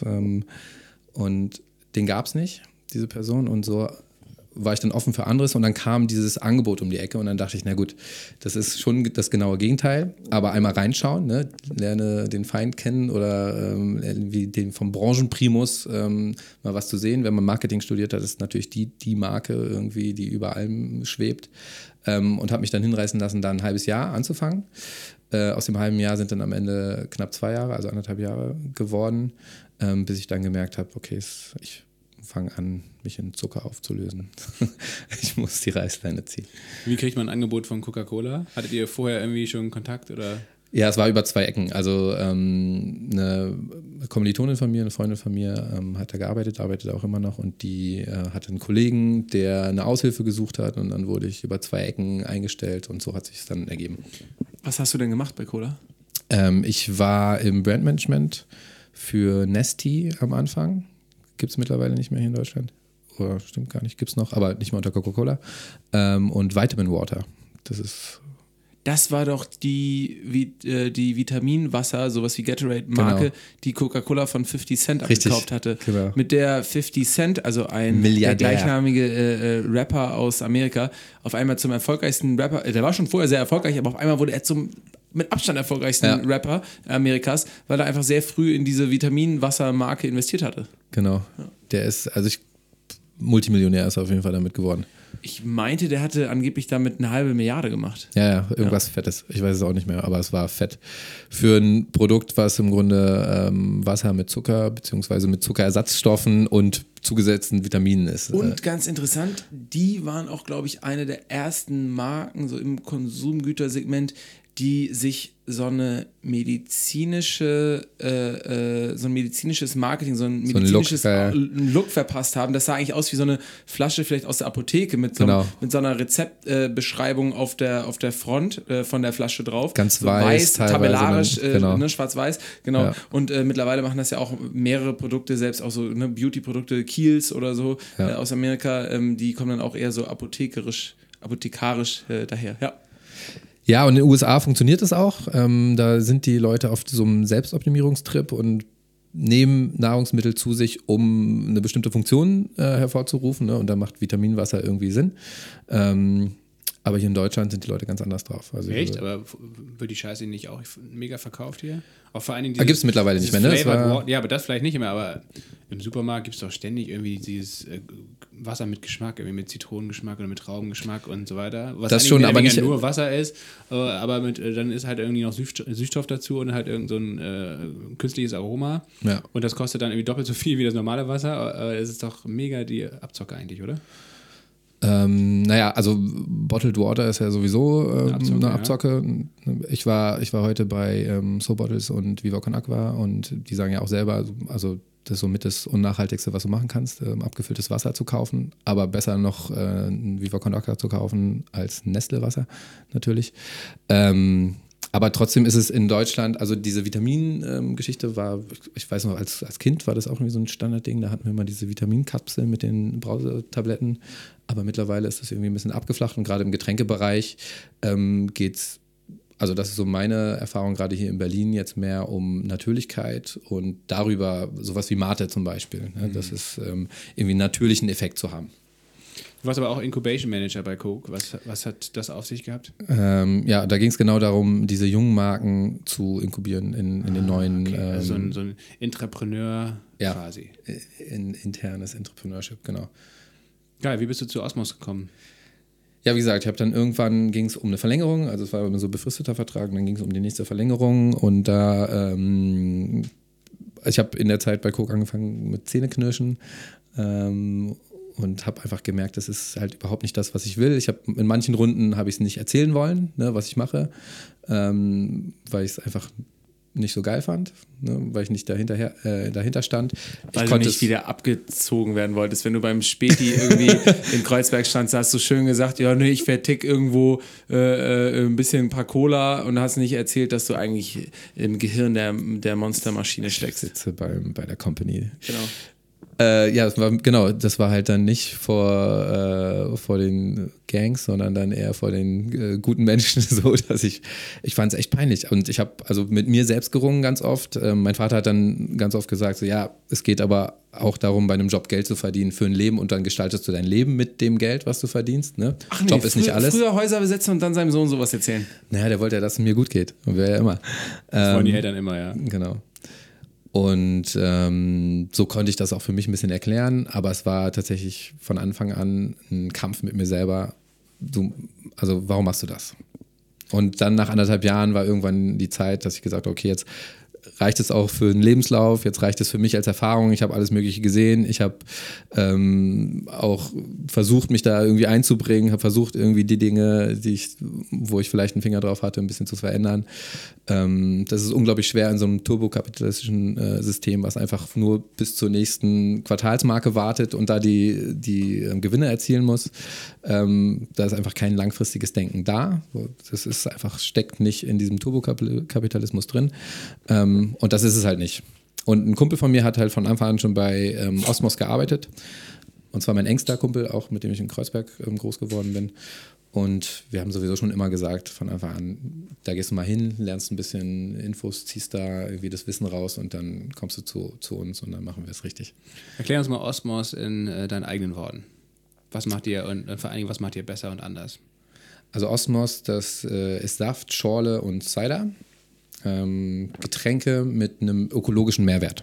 Und den gab es nicht, diese Person, und so war ich dann offen für anderes und dann kam dieses Angebot um die Ecke und dann dachte ich, na gut, das ist schon das genaue Gegenteil, aber einmal reinschauen, ne? Lerne den Feind kennen oder wie den vom Branchenprimus mal was zu sehen. Wenn man Marketing studiert hat, ist natürlich die Marke irgendwie, die über allem schwebt, und habe mich dann hinreißen lassen, da ein halbes Jahr anzufangen. Aus dem halben Jahr sind dann am Ende knapp 2 Jahre, also 1,5 Jahre geworden, bis ich dann gemerkt habe, okay, ich fange an, mich in Zucker aufzulösen. Ich muss die Reißleine ziehen. Wie kriegt man ein Angebot von Coca-Cola? Hattet ihr vorher irgendwie schon Kontakt, oder? Ja, es war über 2 Ecken. Also eine Kommilitonin von mir, eine Freundin von mir hat da gearbeitet, arbeitet auch immer noch, und die hatte einen Kollegen, der eine Aushilfe gesucht hat, und dann wurde ich über 2 Ecken eingestellt und so hat sich es dann ergeben. Was hast du denn gemacht bei Cola? Ich war im Brandmanagement für Nestea am Anfang. Gibt es mittlerweile nicht mehr hier in Deutschland. Oder stimmt gar nicht, gibt es noch, aber nicht mehr unter Coca-Cola. Und Vitamin Water. Das war doch die Vitaminwasser, sowas wie Gatorade-Marke, genau, die Coca-Cola von 50 Cent abgekauft hatte. Genau. Mit der 50 Cent, also der gleichnamige Rapper aus Amerika, auf einmal zum erfolgreichsten Rapper, der war schon vorher sehr erfolgreich, aber auf einmal wurde er zum mit Abstand erfolgreichsten Rapper Amerikas, weil er einfach sehr früh in diese Vitaminwasser-Marke investiert hatte. Genau. Ja. Der ist, Multimillionär ist er auf jeden Fall damit geworden. Ich meinte, der hatte angeblich damit 1,5 Milliarde gemacht. Ja, irgendwas Fettes. Ich weiß es auch nicht mehr, aber es war fett. Für ein Produkt, was im Grunde Wasser mit Zucker bzw. mit Zuckerersatzstoffen und zugesetzten Vitaminen ist. Und ganz interessant, die waren auch, glaube ich, eine der ersten Marken so im Konsumgütersegment, die sich so ein medizinisches Marketing, so ein medizinisches Look verpasst haben. Das sah eigentlich aus wie so eine Flasche vielleicht aus der Apotheke mit so einer Rezeptbeschreibung auf der Front von der Flasche drauf. Ganz so weiß tabellarisch, genau. schwarz-weiß. Genau. Ja. Und mittlerweile machen das ja auch mehrere Produkte, selbst auch so Beauty-Produkte, Kiehl's oder so aus Amerika, die kommen dann auch eher so apothekarisch daher. Ja. Ja, und in den USA funktioniert das auch. Da sind die Leute auf so einem Selbstoptimierungstrip und nehmen Nahrungsmittel zu sich, um eine bestimmte Funktion hervorzurufen. Ne? Und da macht Vitaminwasser irgendwie Sinn. Aber hier in Deutschland sind die Leute ganz anders drauf. Also echt? Aber wird die Scheiße nicht auch mega verkauft hier? Auch vor allen Dingen gibt es mittlerweile nicht mehr, ne? Ja, aber das vielleicht nicht mehr. Aber im Supermarkt gibt es doch ständig irgendwie dieses Wasser mit Geschmack, irgendwie mit Zitronengeschmack oder mit Traubengeschmack und so weiter. Was das schon, aber nicht nur Wasser ist, aber dann ist halt irgendwie noch Süßstoff dazu und halt irgend so ein künstliches Aroma. Ja. Und das kostet dann irgendwie doppelt so viel wie das normale Wasser. Aber es ist doch mega die Abzocke eigentlich, oder? Naja, also Bottled Water ist ja sowieso eine Abzocke. Ja. Ich war heute bei So Bottles und Viva Con Aqua und die sagen ja auch selber, also das ist somit das Unnachhaltigste, was du machen kannst, abgefülltes Wasser zu kaufen, aber besser noch ein Viva Con Aqua zu kaufen als Nestle-Wasser natürlich. Aber trotzdem ist es in Deutschland, also diese Vitamin-Geschichte war, ich weiß noch, als Kind war das auch irgendwie so ein Standardding, da hatten wir mal diese Vitaminkapseln mit den Brausetabletten, aber mittlerweile ist das irgendwie ein bisschen abgeflacht und gerade im Getränkebereich geht's, also das ist so meine Erfahrung gerade hier in Berlin, jetzt mehr um Natürlichkeit und darüber sowas wie Mate zum Beispiel, ne? Das ist irgendwie einen natürlichen Effekt zu haben. Du warst aber auch Incubation Manager bei Coke. Was hat das auf sich gehabt? Ja, da ging es genau darum, diese jungen Marken zu inkubieren in den neuen. Okay. Also so ein Intrapreneur quasi. Internes Entrepreneurship, genau. Geil, wie bist du zu Osmos gekommen? Ja, wie gesagt, irgendwann ging es um eine Verlängerung, also es war immer so ein befristeter Vertrag, und dann ging es um die nächste Verlängerung und da, ich habe in der Zeit bei Coke angefangen mit Zähneknirschen und habe einfach gemerkt, das ist halt überhaupt nicht das, was ich will. In manchen Runden habe ich es nicht erzählen wollen, ne, was ich mache, weil ich es einfach nicht so geil fand, ne, weil ich nicht dahinter stand. Weil du nicht wieder abgezogen werden wolltest. Wenn du beim Späti irgendwie in Kreuzberg standst, hast du schön gesagt, ja, nee, ich vertick irgendwo ein paar Cola und hast nicht erzählt, dass du eigentlich im Gehirn der Monstermaschine steckst. Ich sitze bei der Company. Genau. Das war halt dann nicht vor den Gangs, sondern dann eher vor den guten Menschen, so dass ich fand es echt peinlich und ich habe also mit mir selbst gerungen ganz oft. Mein Vater hat dann ganz oft gesagt, so ja, es geht aber auch darum, bei einem Job Geld zu verdienen für ein Leben und dann gestaltest du dein Leben mit dem Geld, was du verdienst. Ne? Ach nee, Job ist nicht alles. Früher Häuser besetzen und dann seinem Sohn sowas erzählen. Naja, der wollte ja, dass es mir gut geht. Und wäre ja immer. Das wollen die Eltern immer, ja. Genau. Und so konnte ich das auch für mich ein bisschen erklären, aber es war tatsächlich von Anfang an ein Kampf mit mir selber. Also warum machst du das? Und dann nach 1,5 Jahren war irgendwann die Zeit, dass ich gesagt habe, okay, jetzt reicht es auch für einen Lebenslauf, jetzt reicht es für mich als Erfahrung, ich habe alles Mögliche gesehen, ich habe auch versucht, mich da irgendwie einzubringen, habe versucht, irgendwie die Dinge, wo ich vielleicht einen Finger drauf hatte, ein bisschen zu verändern. Das ist unglaublich schwer in so einem turbokapitalistischen System, was einfach nur bis zur nächsten Quartalsmarke wartet und da die Gewinne erzielen muss. Da ist einfach kein langfristiges Denken da. Das ist einfach, steckt nicht in diesem Turbokapitalismus drin. Und das ist es halt nicht. Und ein Kumpel von mir hat halt von Anfang an schon bei Osmos gearbeitet. Und zwar mein engster Kumpel, auch mit dem ich in Kreuzberg groß geworden bin. Und wir haben sowieso schon immer gesagt, von Anfang an, da gehst du mal hin, lernst ein bisschen Infos, ziehst da irgendwie das Wissen raus und dann kommst du zu uns und dann machen wir es richtig. Erklär uns mal Osmos in deinen eigenen Worten. Was macht ihr und vor allen Dingen, was macht ihr besser und anders? Also Osmos, das ist Saft, Schorle und Cider. Getränke mit einem ökologischen Mehrwert.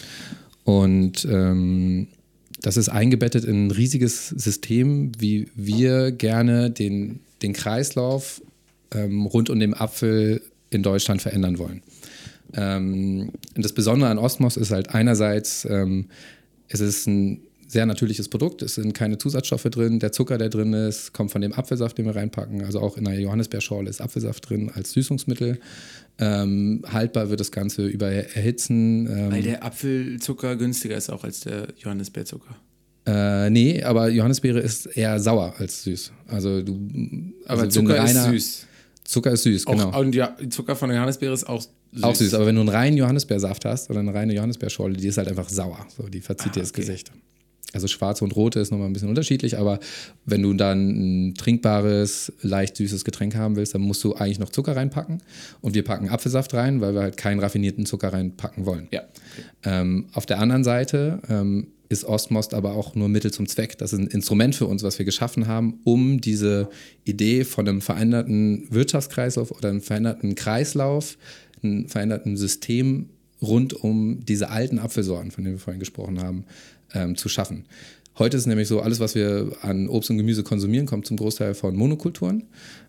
Und das ist eingebettet in ein riesiges System, wie wir gerne den Kreislauf rund um den Apfel in Deutschland verändern wollen. Und das Besondere an Osmos ist halt einerseits, es ist ein sehr natürliches Produkt. Es sind keine Zusatzstoffe drin. Der Zucker, der drin ist, kommt von dem Apfelsaft, den wir reinpacken. Also auch in einer Johannisbeerschorle ist Apfelsaft drin als Süßungsmittel. Haltbar wird das Ganze über Erhitzen. Weil der Apfelzucker günstiger ist auch als der Johannisbeerzucker. Nee, aber Johannisbeere ist eher sauer als süß. Also aber Zucker ist süß. Zucker ist süß, genau. Und ja, Zucker von der Johannisbeere ist auch süß. Auch süß, aber wenn du einen reinen Johannisbeersaft hast oder eine reine Johannisbeerschorle, die ist halt einfach sauer. So, die verzieht dir das Gesicht. Also schwarze und rote ist nochmal ein bisschen unterschiedlich, aber wenn du dann ein trinkbares, leicht süßes Getränk haben willst, dann musst du eigentlich noch Zucker reinpacken. Und wir packen Apfelsaft rein, weil wir halt keinen raffinierten Zucker reinpacken wollen. Ja. Auf der anderen Seite ist Ostmost aber auch nur Mittel zum Zweck. Das ist ein Instrument für uns, was wir geschaffen haben, um diese Idee von einem veränderten Wirtschaftskreislauf oder einem veränderten Kreislauf, einem veränderten System rund um diese alten Apfelsorten, von denen wir vorhin gesprochen haben, zu schaffen. Heute ist es nämlich so, alles, was wir an Obst und Gemüse konsumieren, kommt zum Großteil von Monokulturen.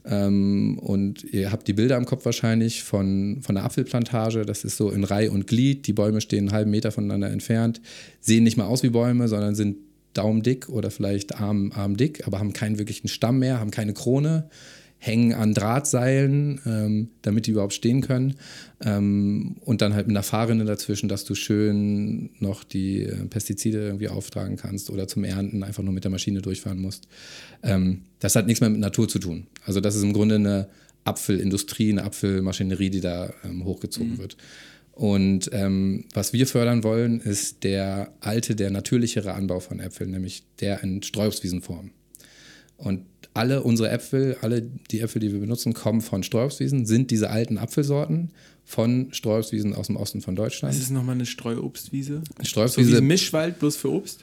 Und ihr habt die Bilder im Kopf wahrscheinlich von der Apfelplantage. Das ist so in Reih und Glied. Die Bäume stehen einen halben Meter voneinander entfernt, sehen nicht mal aus wie Bäume, sondern sind daumendick oder vielleicht armdick, aber haben keinen wirklichen Stamm mehr, haben keine Krone, hängen an Drahtseilen, damit die überhaupt stehen können. Und dann halt mit einer Fahrrinne dazwischen, dass du schön noch die Pestizide irgendwie auftragen kannst oder zum Ernten einfach nur mit der Maschine durchfahren musst. Das hat nichts mehr mit Natur zu tun. Also das ist im Grunde eine Apfelindustrie, eine Apfelmaschinerie, die da hochgezogen wird. Und was wir fördern wollen, ist der natürlichere Anbau von Äpfeln, nämlich der in Streuobstwiesenform. Und alle unsere Äpfel, alle die Äpfel, die wir benutzen, kommen von Streuobstwiesen, sind diese alten Apfelsorten von Streuobstwiesen aus dem Osten von Deutschland. Was ist nochmal eine Streuobstwiese? Streuobstwiese. So wie ein Mischwald, bloß für Obst?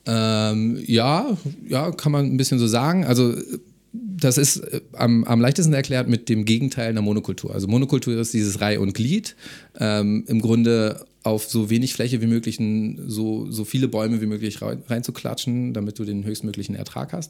Ja, kann man ein bisschen so sagen. Also das ist am leichtesten erklärt mit dem Gegenteil einer Monokultur. Also Monokultur ist dieses Reih und Glied. Im Grunde auf so wenig Fläche wie möglich so viele Bäume wie möglich reinzuklatschen, damit du den höchstmöglichen Ertrag hast.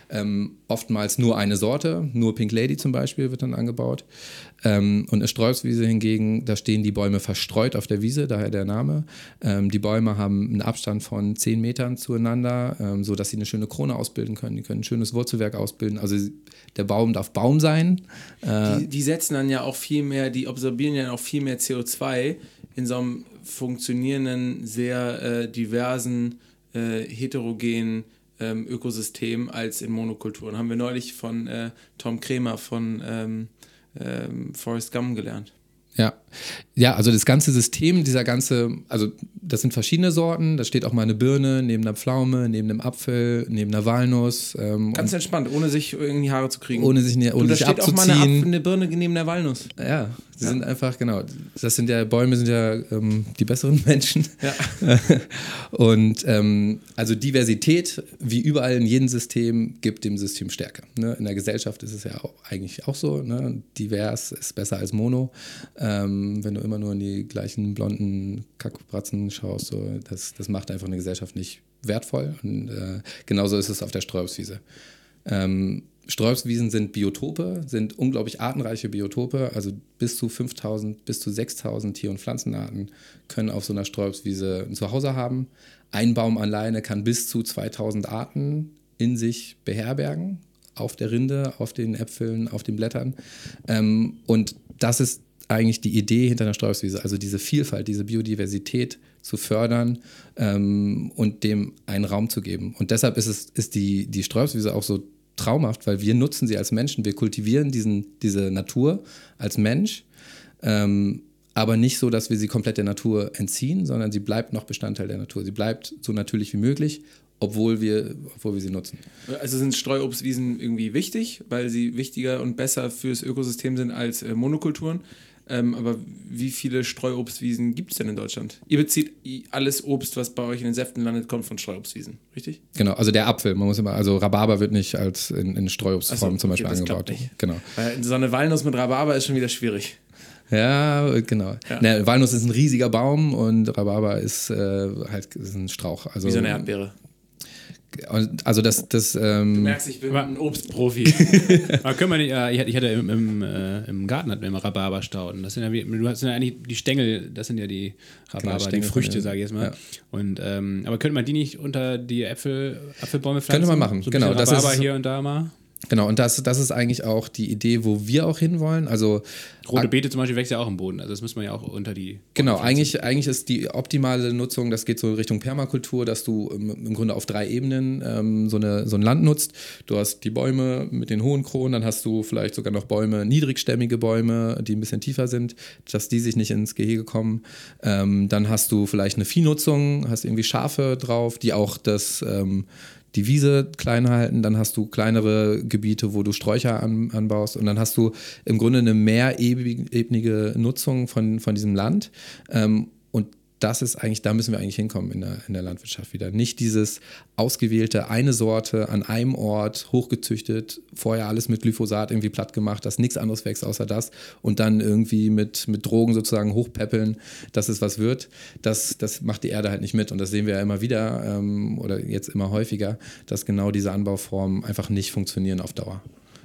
Oftmals nur eine Sorte, nur Pink Lady zum Beispiel wird dann angebaut. Und eine Streuobstwiese hingegen, da stehen die Bäume verstreut auf der Wiese, daher der Name. Die Bäume haben einen Abstand von 10 Metern zueinander, sodass sie eine schöne Krone ausbilden können. Die können ein schönes Wurzelwerk ausbilden. Also der Baum darf Baum sein. Die setzen dann ja auch viel mehr, die absorbieren ja auch viel mehr CO2 in so einem funktionierenden, sehr diversen, heterogenen Ökosystem als in Monokulturen. Haben wir neulich von Tom Kremer von Forrest Gump gelernt. Ja, also das ganze System, also das sind verschiedene Sorten, da steht auch mal eine Birne neben einer Pflaume, neben einem Apfel, neben einer Walnuss. Ganz entspannt, ohne sich irgendwie Haare zu kriegen. Ohne sich abzuziehen. Da steht auch mal eine Birne neben der Walnuss. Ja, die sind einfach, genau, Bäume sind ja die besseren Menschen. Ja. Und also Diversität, wie überall in jedem System, gibt dem System Stärke. Ne? In der Gesellschaft ist es ja eigentlich auch so, ne? Divers ist besser als Mono. Wenn du immer nur in die gleichen blonden Kackbratzen schaust, so, das macht einfach eine Gesellschaft nicht wertvoll. Und genauso ist es auf der Streuobstwiese. Streuobstwiesen sind Biotope, sind unglaublich artenreiche Biotope, also bis zu 5.000, bis zu 6.000 Tier- und Pflanzenarten können auf so einer Streuobstwiese ein Zuhause haben. Ein Baum alleine kann bis zu 2.000 Arten in sich beherbergen, auf der Rinde, auf den Äpfeln, auf den Blättern. Und das ist eigentlich die Idee hinter einer Streuobstwiese, also diese Vielfalt, diese Biodiversität zu fördern und dem einen Raum zu geben. Und deshalb ist die Streuobstwiese auch so traumhaft, weil wir nutzen sie als Menschen, wir kultivieren diese Natur als Mensch, aber nicht so, dass wir sie komplett der Natur entziehen, sondern sie bleibt noch Bestandteil der Natur. Sie bleibt so natürlich wie möglich, obwohl wir sie nutzen. Also sind Streuobstwiesen irgendwie wichtig, weil sie wichtiger und besser fürs Ökosystem sind als Monokulturen. Aber wie viele Streuobstwiesen gibt es denn in Deutschland? Ihr bezieht alles Obst, was bei euch in den Säften landet, kommt von Streuobstwiesen, richtig? Genau, also der Apfel, also Rhabarber wird nicht als in Streuobstform zum Beispiel angebaut. Genau. Weil so eine Walnuss mit Rhabarber ist schon wieder schwierig. Ja, genau. Ja. Walnuss ist ein riesiger Baum und Rhabarber ist ist ein Strauch. Also, wie so eine Erdbeere. Und also Du merkst, ich bin ein Obstprofi. Aber können wir nicht, ich hatte im Garten hatten wir immer Rhabarberstauden. Das sind ja eigentlich die Stängel, das sind ja die Rhabarber, Stängel die Früchte, von sage ich jetzt mal. Ja. Und, aber könnte man die nicht unter die Apfelbäume pflanzen? Könnte man machen, so ein genau. bisschen Rhabarber hier und da mal. Genau, und das ist eigentlich auch die Idee, wo wir auch hinwollen. Also Rote Beete zum Beispiel wächst ja auch im Boden. Also das muss man ja auch unter die... genau, eigentlich ist die optimale Nutzung, das geht so Richtung Permakultur, dass du im Grunde auf 3 Ebenen so ein Land nutzt. Du hast die Bäume mit den hohen Kronen, dann hast du vielleicht sogar noch Bäume, niedrigstämmige Bäume, die ein bisschen tiefer sind, dass die sich nicht ins Gehege kommen. Dann hast du vielleicht eine Viehnutzung, hast irgendwie Schafe drauf, die auch die Wiese klein halten, dann hast du kleinere Gebiete, wo du Sträucher anbaust und dann hast du im Grunde eine mehrebnige Nutzung von diesem Land. Und das ist eigentlich, da müssen wir eigentlich hinkommen in der Landwirtschaft wieder. Nicht dieses ausgewählte eine Sorte an einem Ort, hochgezüchtet, vorher alles mit Glyphosat irgendwie platt gemacht, dass nichts anderes wächst außer das und dann irgendwie mit Drogen sozusagen hochpäppeln, dass es was wird. Das macht die Erde halt nicht mit und das sehen wir ja immer wieder oder jetzt immer häufiger, dass genau diese Anbauformen einfach nicht funktionieren auf Dauer.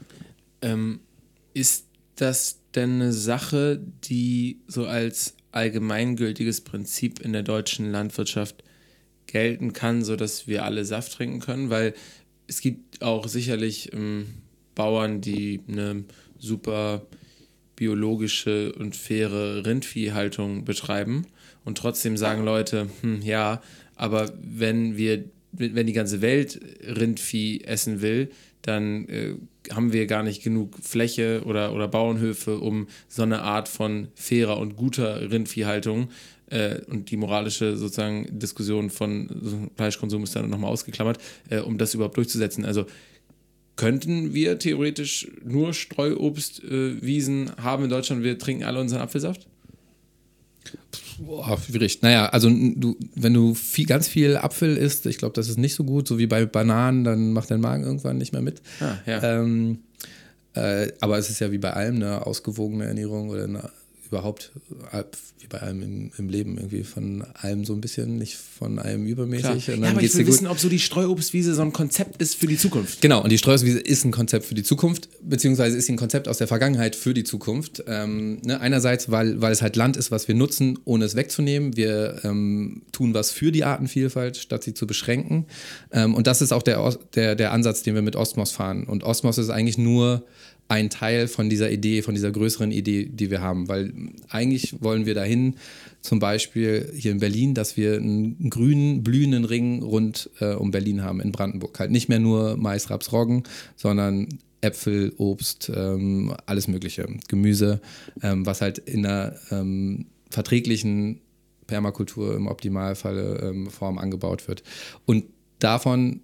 Ist das denn eine Sache, die so als allgemeingültiges Prinzip in der deutschen Landwirtschaft gelten kann, sodass wir alle Saft trinken können? Weil es gibt auch sicherlich Bauern, die eine super biologische und faire Rindviehhaltung betreiben und trotzdem sagen Leute, ja, aber wenn die ganze Welt Rindvieh essen will, dann haben wir gar nicht genug Fläche oder Bauernhöfe, um so eine Art von fairer und guter Rindviehhaltung und die moralische sozusagen Diskussion von Fleischkonsum ist dann nochmal ausgeklammert, um das überhaupt durchzusetzen. Also könnten wir theoretisch nur Streuobstwiesen haben in Deutschland, wir trinken alle unseren Apfelsaft? Boah, schwierig. Naja, also wenn du ganz viel Apfel isst, ich glaube, das ist nicht so gut, so wie bei Bananen, dann macht dein Magen irgendwann nicht mehr mit. Ja. Aber es ist ja wie bei allem eine ausgewogene Ernährung oder überhaupt wie bei allem im Leben irgendwie von allem so ein bisschen, nicht von allem übermäßig. Und dann aber geht's ich will dir gut. wissen, ob so die Streuobstwiese so ein Konzept ist für die Zukunft. Genau, und die Streuobstwiese ist ein Konzept für die Zukunft, beziehungsweise ist sie ein Konzept aus der Vergangenheit für die Zukunft. Einerseits, weil es halt Land ist, was wir nutzen, ohne es wegzunehmen. Wir tun was für die Artenvielfalt, statt sie zu beschränken. Und das ist auch der Ansatz, den wir mit Ostmos fahren. Und Ostmos ist eigentlich nur ein Teil von dieser Idee, von dieser größeren Idee, die wir haben. Weil eigentlich wollen wir dahin, zum Beispiel hier in Berlin, dass wir einen grünen, blühenden Ring rund um Berlin haben, in Brandenburg. Halt nicht mehr nur Mais, Raps, Roggen, sondern Äpfel, Obst, alles Mögliche, Gemüse, was halt in einer verträglichen Permakultur im Optimalfall Form angebaut wird. Und davon,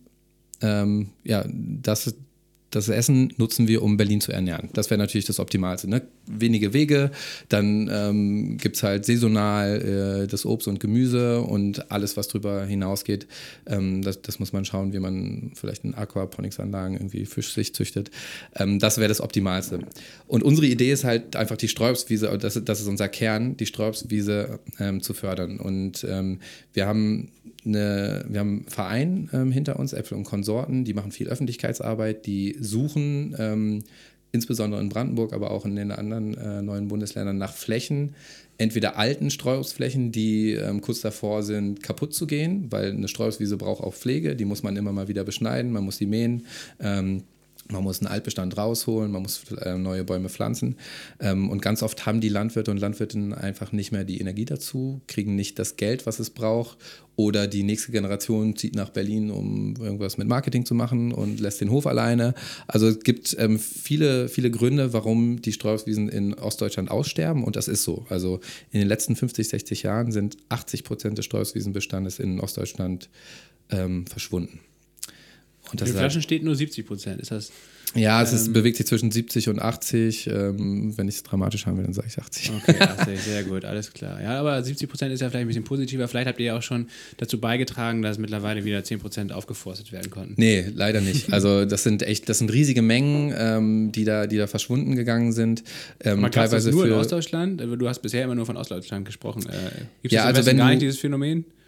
das Essen nutzen wir, um Berlin zu ernähren. Das wäre natürlich das Optimalste. Ne? Wenige Wege, dann gibt es halt saisonal das Obst und Gemüse und alles, was drüber hinausgeht. Das muss man schauen, wie man vielleicht in Aquaponics-Anlagen irgendwie Fisch sich züchtet. Das wäre das Optimalste. Und unsere Idee ist halt einfach die Streuobstwiese, das ist unser Kern, die Streuobstwiese zu fördern. Und wir haben einen Verein hinter uns, Äpfel und Konsorten, die machen viel Öffentlichkeitsarbeit, die suchen insbesondere in Brandenburg, aber auch in den anderen neuen Bundesländern nach Flächen, entweder alten Streuobstflächen, die kurz davor sind, kaputt zu gehen, weil eine Streuobstwiese braucht auch Pflege, die muss man immer mal wieder beschneiden, man muss die mähen, man muss einen Altbestand rausholen, man muss neue Bäume pflanzen. Und ganz oft haben die Landwirte und Landwirtinnen einfach nicht mehr die Energie dazu, kriegen nicht das Geld, was es braucht. Oder die nächste Generation zieht nach Berlin, um irgendwas mit Marketing zu machen und lässt den Hof alleine. Also es gibt viele, viele Gründe, warum die Streuobstwiesen in Ostdeutschland aussterben. Und das ist so. Also in den letzten 50, 60 Jahren sind 80% des Streuobstwiesenbestandes in Ostdeutschland verschwunden. Und in den Flaschen steht nur 70%. Ist das? Ja, es bewegt sich zwischen 70 und 80. Wenn ich es dramatisch haben will, dann sage ich 80. Okay, 80, sehr gut, alles klar. Ja, aber 70% ist ja vielleicht ein bisschen positiver. Vielleicht habt ihr ja auch schon dazu beigetragen, dass mittlerweile wieder 10% aufgeforstet werden konnten. Nee, leider nicht. Also das sind riesige Mengen, die da verschwunden gegangen sind. Aber teilweise das nur in Ostdeutschland? Du hast bisher immer nur von Ostdeutschland gesprochen. Gibt es also gar nicht dieses Phänomen?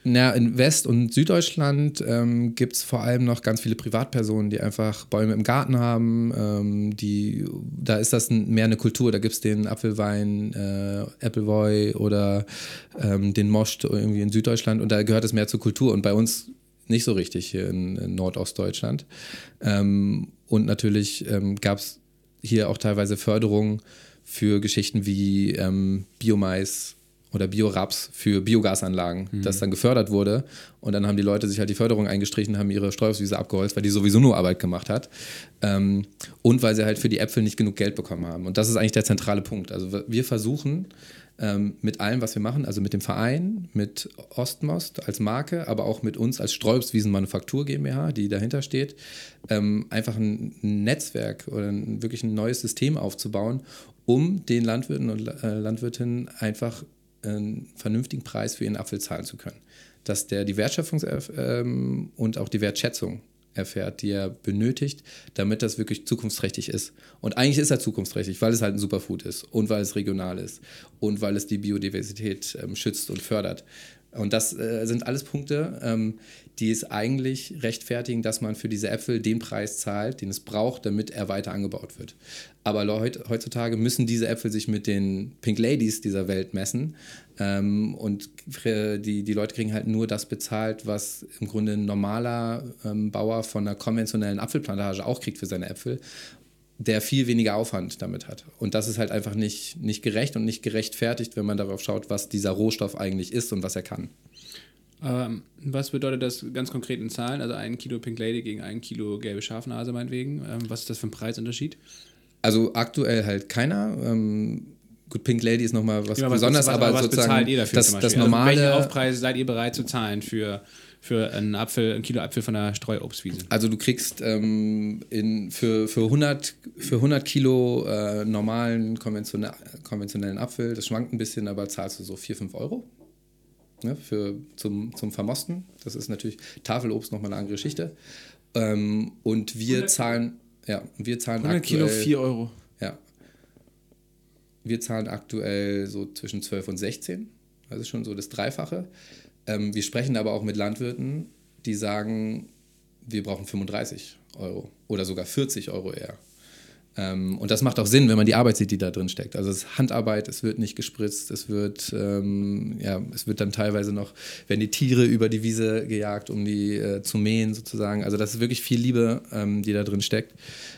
Na, in West- und Süddeutschland gibt es vor allem noch ganz viele Privatpersonen, die einfach Bäume im Garten haben. Da ist das mehr eine Kultur. Da gibt es den Apfelwein, Appleboy oder den Most irgendwie in Süddeutschland. Und da gehört es mehr zur Kultur. Und bei uns nicht so richtig hier in Nordostdeutschland. Und natürlich gab es hier auch teilweise Förderungen für Geschichten wie Biomais oder Bioraps für Biogasanlagen, das dann gefördert wurde. Und dann haben die Leute sich halt die Förderung eingestrichen, haben ihre Streuobstwiese abgeholzt, weil die sowieso nur Arbeit gemacht hat. Und weil sie halt für die Äpfel nicht genug Geld bekommen haben. Und das ist eigentlich der zentrale Punkt. Also wir versuchen mit allem, was wir machen, also mit dem Verein, mit Ostmost als Marke, aber auch mit uns als Streuobstwiesen-Manufaktur GmbH, die dahinter steht, einfach ein Netzwerk oder wirklich ein neues System aufzubauen, um den Landwirten und Landwirtinnen einfach einen vernünftigen Preis für ihren Apfel zahlen zu können. Dass der die Wertschöpfung und auch die Wertschätzung erfährt, die er benötigt, damit das wirklich zukunftsträchtig ist. Und eigentlich ist er zukunftsträchtig, weil es halt ein Superfood ist und weil es regional ist und weil es die Biodiversität schützt und fördert. Und das sind alles Punkte, die es eigentlich rechtfertigen, dass man für diese Äpfel den Preis zahlt, den es braucht, damit er weiter angebaut wird. Aber heutzutage müssen diese Äpfel sich mit den Pink Ladies dieser Welt messen. Und die Leute kriegen halt nur das bezahlt, was im Grunde ein normaler Bauer von einer konventionellen Apfelplantage auch kriegt für seine Äpfel, der viel weniger Aufwand damit hat. Und das ist halt einfach nicht gerecht und nicht gerechtfertigt, wenn man darauf schaut, was dieser Rohstoff eigentlich ist und was er kann. Was bedeutet das ganz konkret in Zahlen? Also 1 Kilo Pink Lady gegen 1 Kilo gelbe Schafnase meinetwegen. Was ist das für ein Preisunterschied? Also aktuell halt keiner. Gut, Pink Lady ist nochmal was Besonderes, aber was sozusagen bezahlt ihr dafür das normale... Also welche Aufpreise seid ihr bereit zu zahlen für ein Kilo Apfel von der Streuobstwiese? Also du kriegst für 100 Kilo normalen, konventionellen Apfel, das schwankt ein bisschen, aber zahlst du so 4-5 Euro. Ne, zum Vermosten. Das ist natürlich Tafelobst nochmal eine andere Geschichte. Und wir zahlen 100 aktuell, Kilo 4 Euro. Ja. Wir zahlen aktuell so zwischen 12 und 16. Das ist schon so das Dreifache. Wir sprechen aber auch mit Landwirten, die sagen, wir brauchen 35 Euro oder sogar 40 Euro eher. Und das macht auch Sinn, wenn man die Arbeit sieht, die da drin steckt. Also es ist Handarbeit, es wird nicht gespritzt, es wird dann teilweise noch, werden die Tiere über die Wiese gejagt, um die zu mähen sozusagen. Also das ist wirklich viel Liebe, die da drin steckt.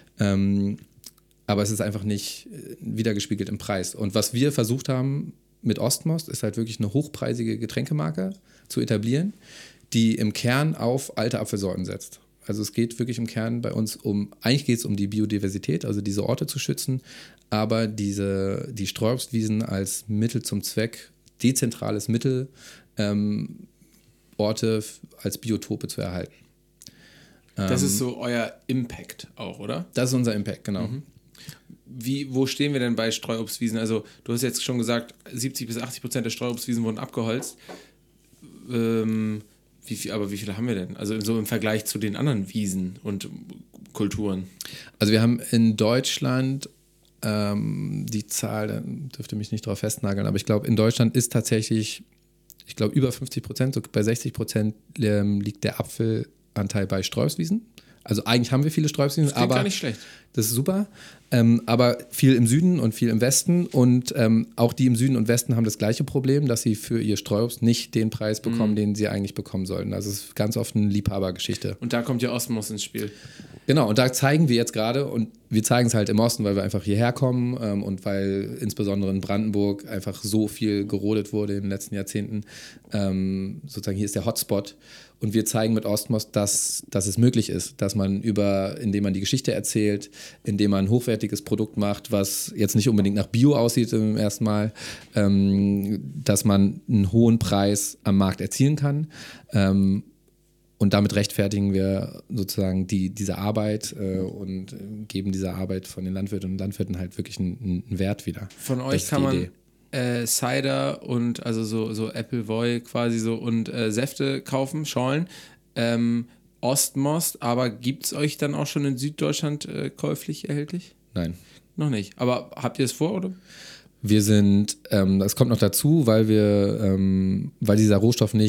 Aber es ist einfach nicht wiedergespiegelt im Preis. Und was wir versucht haben mit Ostmost, ist halt wirklich eine hochpreisige Getränkemarke zu etablieren, die im Kern auf alte Apfelsorten setzt. Also es geht wirklich im Kern bei uns eigentlich geht es um die Biodiversität, also diese Orte zu schützen, aber die Streuobstwiesen als Mittel zum Zweck, dezentrales Mittel, Orte als Biotope zu erhalten. Das ist so euer Impact auch, oder? Das ist unser Impact, genau. Wo stehen wir denn bei Streuobstwiesen? Also du hast jetzt schon gesagt, 70-80% der Streuobstwiesen wurden abgeholzt. Wie viele haben wir denn? Also so im Vergleich zu den anderen Wiesen und Kulturen. Also wir haben in Deutschland die Zahl, da dürfte mich nicht drauf festnageln, aber ich glaube, in Deutschland ist tatsächlich, über 50%, so bei 60% liegt der Apfelanteil bei Streuobstwiesen. Also eigentlich haben wir viele Streuobstwiesen, aber gar nicht schlecht. Das ist super. Aber viel im Süden und viel im Westen. Und auch die im Süden und Westen haben das gleiche Problem, dass sie für ihr Streuobst nicht den Preis bekommen, den sie eigentlich bekommen sollten. Also es ist ganz oft eine Liebhabergeschichte. Und da kommt ja Ostmost ins Spiel. Genau, und da zeigen wir jetzt gerade, und wir zeigen es halt im Osten, weil wir einfach hierher kommen und weil insbesondere in Brandenburg einfach so viel gerodet wurde in den letzten Jahrzehnten. Sozusagen hier ist der Hotspot. Und wir zeigen mit Ostmost, dass es möglich ist, dass man indem man die Geschichte erzählt, indem man ein hochwertiges Produkt macht, was jetzt nicht unbedingt nach Bio aussieht im ersten Mal, dass man einen hohen Preis am Markt erzielen kann. Und damit rechtfertigen wir sozusagen diese Arbeit und geben dieser Arbeit von den Landwirten und Landwirten halt wirklich einen Wert wieder. Von euch kann man Cider und also so Appleboy quasi so und Säfte kaufen, Schorlen. Ostmost, aber gibt es euch dann auch schon in Süddeutschland käuflich erhältlich? Nein. Noch nicht. Aber habt ihr es vor, oder? Wir sind, das kommt noch dazu, weil dieser Rohstoff nicht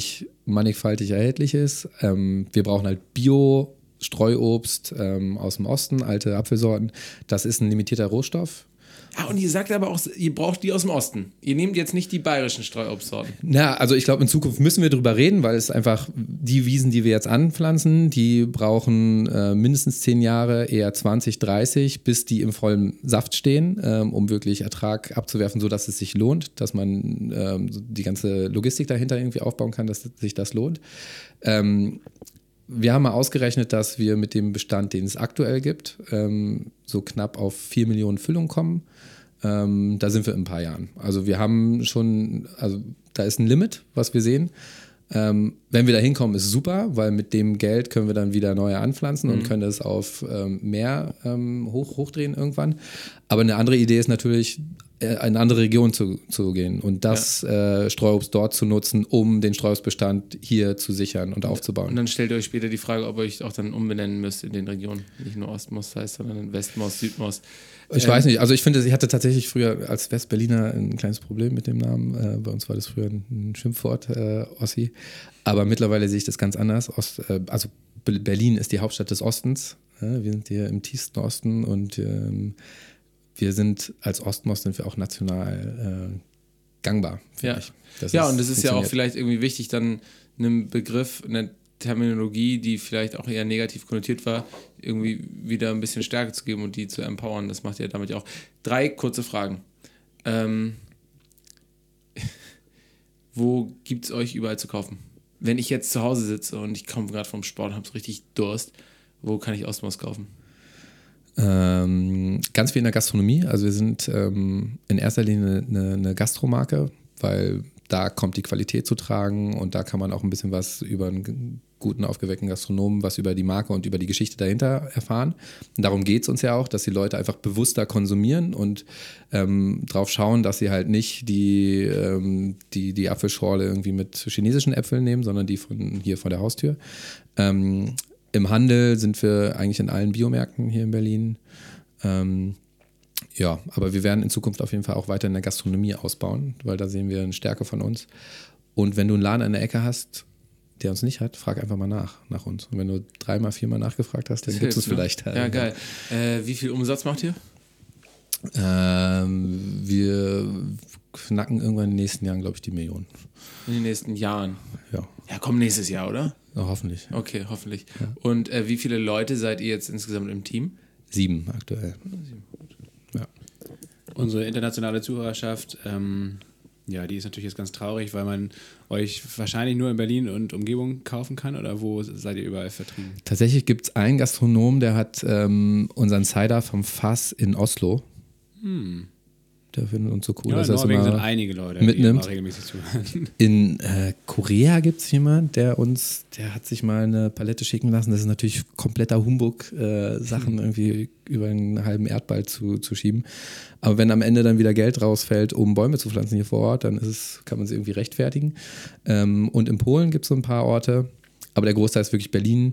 mannigfaltig erhältlich ist. Wir brauchen halt Bio-Streuobst aus dem Osten, alte Apfelsorten. Das ist ein limitierter Rohstoff. Ah, und ihr sagt aber auch, ihr braucht die aus dem Osten. Ihr nehmt jetzt nicht die bayerischen Streuobstsorten. Na, also ich glaube, in Zukunft müssen wir drüber reden, weil es einfach die Wiesen, die wir jetzt anpflanzen, die brauchen mindestens 10 Jahre, eher 20, 30, bis die im vollen Saft stehen, um wirklich Ertrag abzuwerfen, sodass es sich lohnt, dass man die ganze Logistik dahinter irgendwie aufbauen kann, dass sich das lohnt. Wir haben mal ausgerechnet, dass wir mit dem Bestand, den es aktuell gibt, so knapp auf 4 Millionen Füllungen kommen. Da sind wir in ein paar Jahren. Also wir haben schon, also da ist ein Limit, was wir sehen. Wenn wir da hinkommen, ist super, weil mit dem Geld können wir dann wieder neue anpflanzen und können das auf mehr hochdrehen irgendwann. Aber eine andere Idee ist natürlich, in eine andere Region zu gehen und das Streuobst dort zu nutzen, um den Streuobstbestand hier zu sichern und aufzubauen. Und dann stellt ihr euch später die Frage, ob ihr euch auch dann umbenennen müsst in den Regionen. Nicht nur Ostmost heißt, sondern Westmost, Südmost. Ich weiß nicht, also ich finde, ich hatte tatsächlich früher als Westberliner ein kleines Problem mit dem Namen. Bei uns war das früher ein Schimpfwort, Ossi. Aber mittlerweile sehe ich das ganz anders. Also Berlin ist die Hauptstadt des Ostens. Wir sind hier im tiefsten Osten und wir sind als Ostmost sind wir auch national gangbar, finde ich. Ja, und das ist ja auch vielleicht irgendwie wichtig, dann einen Begriff, eine Terminologie, die vielleicht auch eher negativ konnotiert war, irgendwie wieder ein bisschen Stärke zu geben und die zu empowern. Das macht ihr damit ja auch. 3 kurze Fragen. Wo gibt es euch überall zu kaufen? Wenn ich jetzt zu Hause sitze und ich komme gerade vom Sport und habe so richtig Durst, wo kann ich Ostmost kaufen? Ganz viel in der Gastronomie. Also wir sind in erster Linie eine Gastromarke, weil da kommt die Qualität zu tragen und da kann man auch ein bisschen was über einen guten, aufgeweckten Gastronomen, was über die Marke und über die Geschichte dahinter erfahren. Und darum geht es uns ja auch, dass die Leute einfach bewusster konsumieren und drauf schauen, dass sie halt nicht die Apfelschorle irgendwie mit chinesischen Äpfeln nehmen, sondern die von hier vor der Haustür. Im Handel sind wir eigentlich in allen Biomärkten hier in Berlin. Ja, aber wir werden in Zukunft auf jeden Fall auch weiter in der Gastronomie ausbauen, weil da sehen wir eine Stärke von uns. Und wenn du einen Laden an der Ecke hast, der uns nicht hat, frag einfach mal nach uns. Und wenn du 3-mal, 4-mal nachgefragt hast, dann gibt es es vielleicht. Ja, geil. Wie viel Umsatz macht ihr? Wir knacken irgendwann in den nächsten Jahren, glaube ich, die Million. In den nächsten Jahren? Ja. Ja, komm, nächstes Jahr, oder? Ja, hoffentlich. Okay, hoffentlich. Ja. Und wie viele Leute seid ihr jetzt insgesamt im Team? 7 aktuell. 7. Ja. Unsere internationale Zuhörerschaft, ja, die ist natürlich jetzt ganz traurig, weil man euch wahrscheinlich nur in Berlin und Umgebung kaufen kann, oder wo seid ihr überall vertrieben? Tatsächlich gibt es einen Gastronom, der hat unseren Cider vom Fass in Oslo. Der findet uns so cool, ja, dass er es immer sind einige Leute, mitnimmt. Die regelmäßig zuhören. In Korea gibt es jemanden, der hat sich mal eine Palette schicken lassen. Das ist natürlich kompletter Humbug, Sachen irgendwie über einen halben Erdball zu schieben. Aber wenn am Ende dann wieder Geld rausfällt, um Bäume zu pflanzen hier vor Ort, dann kann man sie irgendwie rechtfertigen. Und in Polen gibt es so ein paar Orte, aber der Großteil ist wirklich Berlin,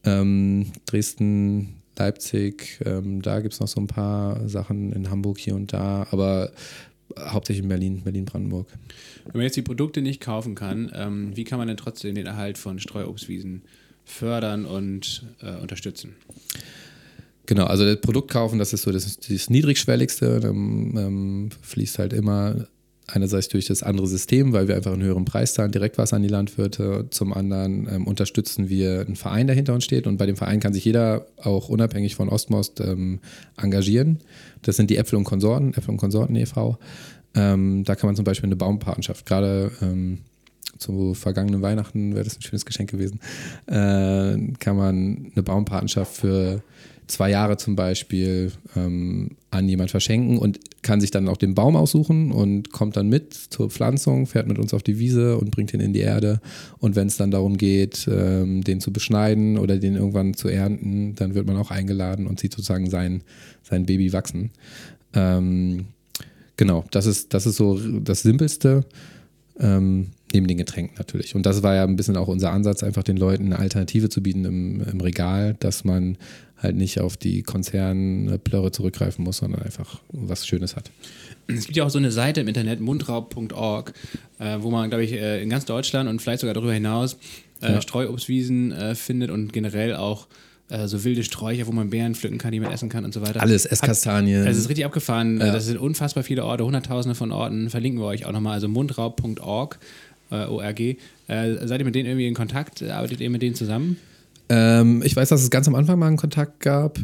Dresden, Leipzig, da gibt es noch so ein paar Sachen, in Hamburg hier und da, aber hauptsächlich in Berlin-Brandenburg. Wenn man jetzt die Produkte nicht kaufen kann, wie kann man denn trotzdem den Erhalt von Streuobstwiesen fördern und unterstützen? Genau, also das Produkt kaufen, das ist so das Niedrigschwelligste, dann fließt halt immer einerseits durch das andere System, weil wir einfach einen höheren Preis zahlen, direkt was an die Landwirte. Zum anderen unterstützen wir einen Verein, der hinter uns steht. Und bei dem Verein kann sich jeder auch unabhängig von Ostmost engagieren. Das sind die Äpfel und Konsorten e.V. Da kann man zum Beispiel eine Baumpatenschaft, gerade zu vergangenen Weihnachten wäre das ein schönes Geschenk gewesen, kann man eine Baumpatenschaft für 2 Jahre zum Beispiel an jemand verschenken und kann sich dann auch den Baum aussuchen und kommt dann mit zur Pflanzung, fährt mit uns auf die Wiese und bringt ihn in die Erde. Und wenn es dann darum geht, den zu beschneiden oder den irgendwann zu ernten, dann wird man auch eingeladen und sieht sozusagen sein Baby wachsen. Genau, das ist so das Simpelste. neben den Getränken natürlich. Und das war ja ein bisschen auch unser Ansatz, einfach den Leuten eine Alternative zu bieten im Regal, dass man halt nicht auf die Konzernplörre zurückgreifen muss, sondern einfach was Schönes hat. Es gibt ja auch so eine Seite im Internet, mundraub.org, wo man, glaube ich, in ganz Deutschland und vielleicht sogar darüber hinaus Streuobstwiesen findet und generell auch so wilde Sträucher, wo man Beeren pflücken kann, die man essen kann und so weiter. Alles, Esskastanien. Das ist richtig abgefahren. Das sind unfassbar viele Orte, Hunderttausende von Orten. Verlinken wir euch auch nochmal. Also mundraub.org, ORG. Seid ihr mit denen irgendwie in Kontakt? Arbeitet ihr mit denen zusammen? Ich weiß, dass es ganz am Anfang mal einen Kontakt gab.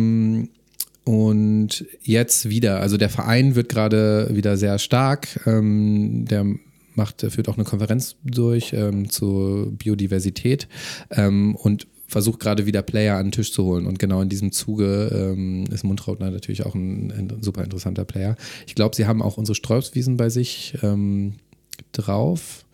Und jetzt wieder. Also der Verein wird gerade wieder sehr stark. Der führt auch eine Konferenz durch zur Biodiversität und versucht gerade wieder Player an den Tisch zu holen. Und genau in diesem Zuge ist Mundraub natürlich auch ein super interessanter Player. Ich glaube, sie haben auch unsere Streuobstwiesen bei sich drauf.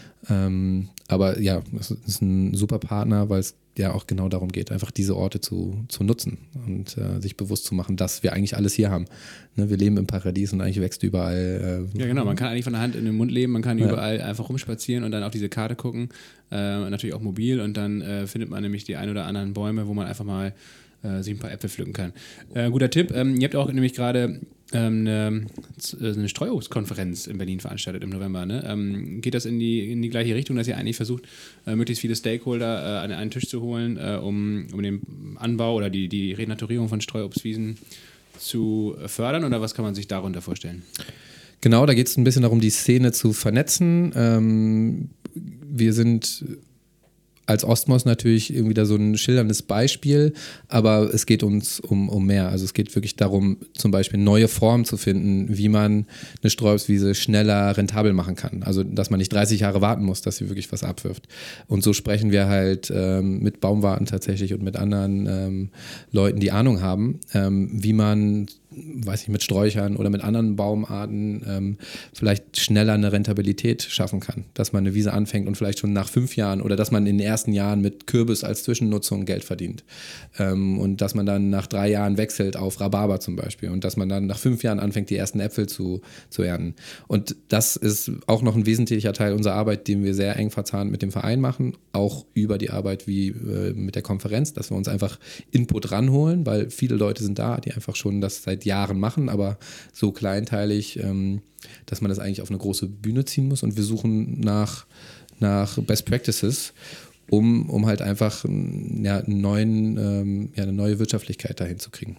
Aber ja, es ist ein super Partner, weil es ja auch genau darum geht, einfach diese Orte zu nutzen und sich bewusst zu machen, dass wir eigentlich alles hier haben. Ne, wir leben im Paradies und eigentlich wächst überall. Ja, genau, man kann eigentlich von der Hand in den Mund leben, man kann überall einfach rumspazieren und dann auf diese Karte gucken, natürlich auch mobil, und dann findet man nämlich die ein oder anderen Bäume, wo man einfach mal sich ein paar Äpfel pflücken kann. Guter Tipp, ihr habt auch nämlich gerade eine Streuobstkonferenz in Berlin veranstaltet im November. Ne? Geht das in die gleiche Richtung, dass ihr eigentlich versucht, möglichst viele Stakeholder an einen Tisch zu holen, um den Anbau oder die Renaturierung von Streuobstwiesen zu fördern, oder was kann man sich darunter vorstellen? Genau, da geht es ein bisschen darum, die Szene zu vernetzen. Wir sind als Ostmos natürlich irgendwie da so ein schilderndes Beispiel, aber es geht uns um mehr. Also es geht wirklich darum, zum Beispiel neue Formen zu finden, wie man eine Streuobstwiese schneller rentabel machen kann. Also dass man nicht 30 Jahre warten muss, dass sie wirklich was abwirft. Und so sprechen wir halt mit Baumwarten tatsächlich und mit anderen Leuten, die Ahnung haben, wie man, weiß ich, mit Sträuchern oder mit anderen Baumarten vielleicht schneller eine Rentabilität schaffen kann. Dass man eine Wiese anfängt und vielleicht schon nach 5 Jahren, oder dass man in den ersten Jahren mit Kürbis als Zwischennutzung Geld verdient. Und dass man dann nach 3 Jahren wechselt auf Rhabarber zum Beispiel und dass man dann nach 5 Jahren anfängt, die ersten Äpfel zu ernten. Und das ist auch noch ein wesentlicher Teil unserer Arbeit, den wir sehr eng verzahnt mit dem Verein machen, auch über die Arbeit wie mit der Konferenz, dass wir uns einfach Input ranholen, weil viele Leute sind da, die einfach schon das seit Jahren machen, aber so kleinteilig, dass man das eigentlich auf eine große Bühne ziehen muss, und wir suchen nach Best Practices, um halt einfach eine neue Wirtschaftlichkeit dahin zu kriegen.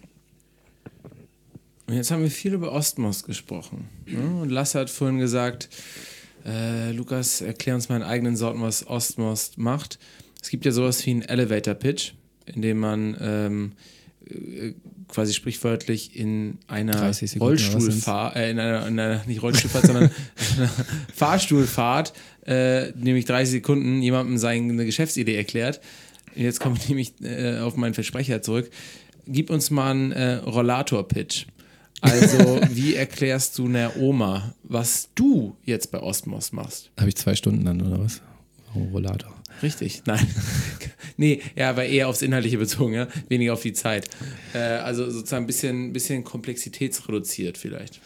Und jetzt haben wir viel über Ostmos gesprochen. Ne? Und Lasse hat vorhin gesagt, Lukas, erklär uns mal in eigenen Sorten, was Ostmos macht. Es gibt ja sowas wie einen Elevator-Pitch, in dem man quasi sprichwörtlich in einer Rollstuhlfahrt, nicht Rollstuhlfahrt, sondern einer Fahrstuhlfahrt, nämlich 30 Sekunden, jemandem seine Geschäftsidee erklärt. Jetzt komme ich nämlich auf meinen Versprecher zurück. Gib uns mal einen Rollator-Pitch. Also, wie erklärst du einer Oma, was du jetzt bei Ostmos machst? Habe ich 2 Stunden dann, oder was? Rollator. Richtig, nein. Nee, ja, aber eher aufs Inhaltliche bezogen, ja? Weniger auf die Zeit. Also sozusagen ein bisschen komplexitätsreduziert vielleicht.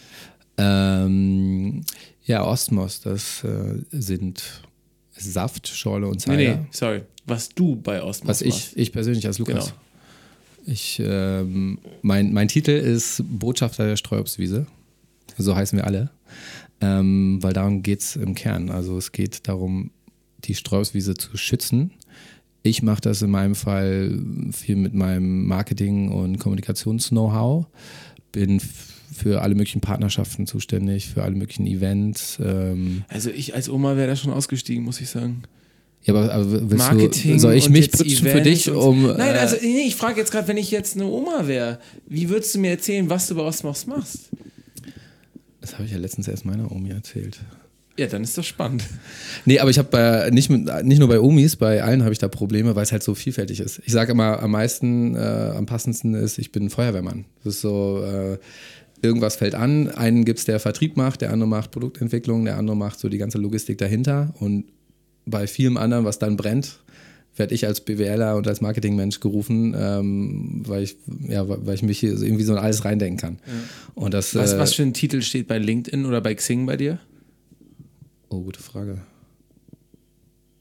Ja, Ostmos, das sind Saft, Schorle und Cider. Nee, sorry. Was du bei Ostmos machst. Ich persönlich als Lukas. Genau. Mein Titel ist Botschafter der Streuobstwiese. So heißen wir alle. Weil darum geht es im Kern. Also es geht darum, die Streuobstwiese zu schützen. Ich mache das in meinem Fall viel mit meinem Marketing- und Kommunikations-Know-how. Bin für alle möglichen Partnerschaften zuständig, für alle möglichen Events. Also ich als Oma wäre da schon ausgestiegen, muss ich sagen. Ja, aber Marketing, soll ich mich pitchen für dich Nein, also ich frage jetzt gerade, wenn ich jetzt eine Oma wäre, wie würdest du mir erzählen, was du bei Ostmos machst? Das habe ich ja letztens erst meiner Omi erzählt. Ja, dann ist das spannend. Nee, aber ich habe nicht nur bei Omis, bei allen habe ich da Probleme, weil es halt so vielfältig ist. Ich sage immer, am passendsten ist, ich bin ein Feuerwehrmann. Das ist so, irgendwas fällt an, einen gibt es, der Vertrieb macht, der andere macht Produktentwicklung, der andere macht so die ganze Logistik dahinter, und bei vielem anderen, was dann brennt, werde ich als BWLer und als Marketingmensch gerufen, weil ich mich hier irgendwie so in alles reindenken kann. Ja. Und was für ein Titel steht bei LinkedIn oder bei Xing bei dir? Oh, gute Frage.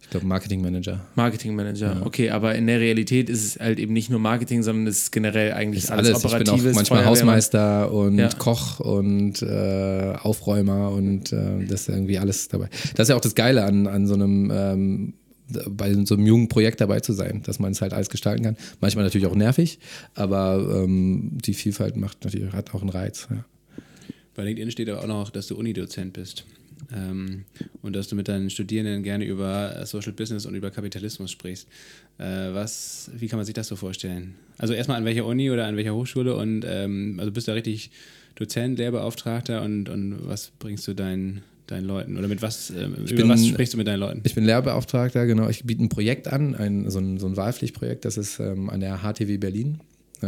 Ich glaube, Marketingmanager. Marketingmanager, ja. Okay, aber in der Realität ist es halt eben nicht nur Marketing, sondern es ist generell eigentlich ist alles Operatives. Ich bin auch manchmal Hausmeister und Koch und Aufräumer und das ist irgendwie alles dabei. Das ist ja auch das Geile an so einem bei so einem jungen Projekt dabei zu sein, dass man es halt alles gestalten kann. Manchmal natürlich auch nervig, aber die Vielfalt hat auch einen Reiz. Ja. Bei LinkedIn steht aber auch noch, dass du Unidozent bist und dass du mit deinen Studierenden gerne über Social Business und über Kapitalismus sprichst. Wie kann man sich das so vorstellen? Also erstmal an welcher Uni oder an welcher Hochschule und also bist du da richtig Dozent, Lehrbeauftragter und was bringst du deinen Leuten? Oder mit was, was sprichst du mit deinen Leuten? Ich bin Lehrbeauftragter, genau. Ich biete ein Projekt an, so ein Wahlpflichtprojekt, das ist an der HTW Berlin.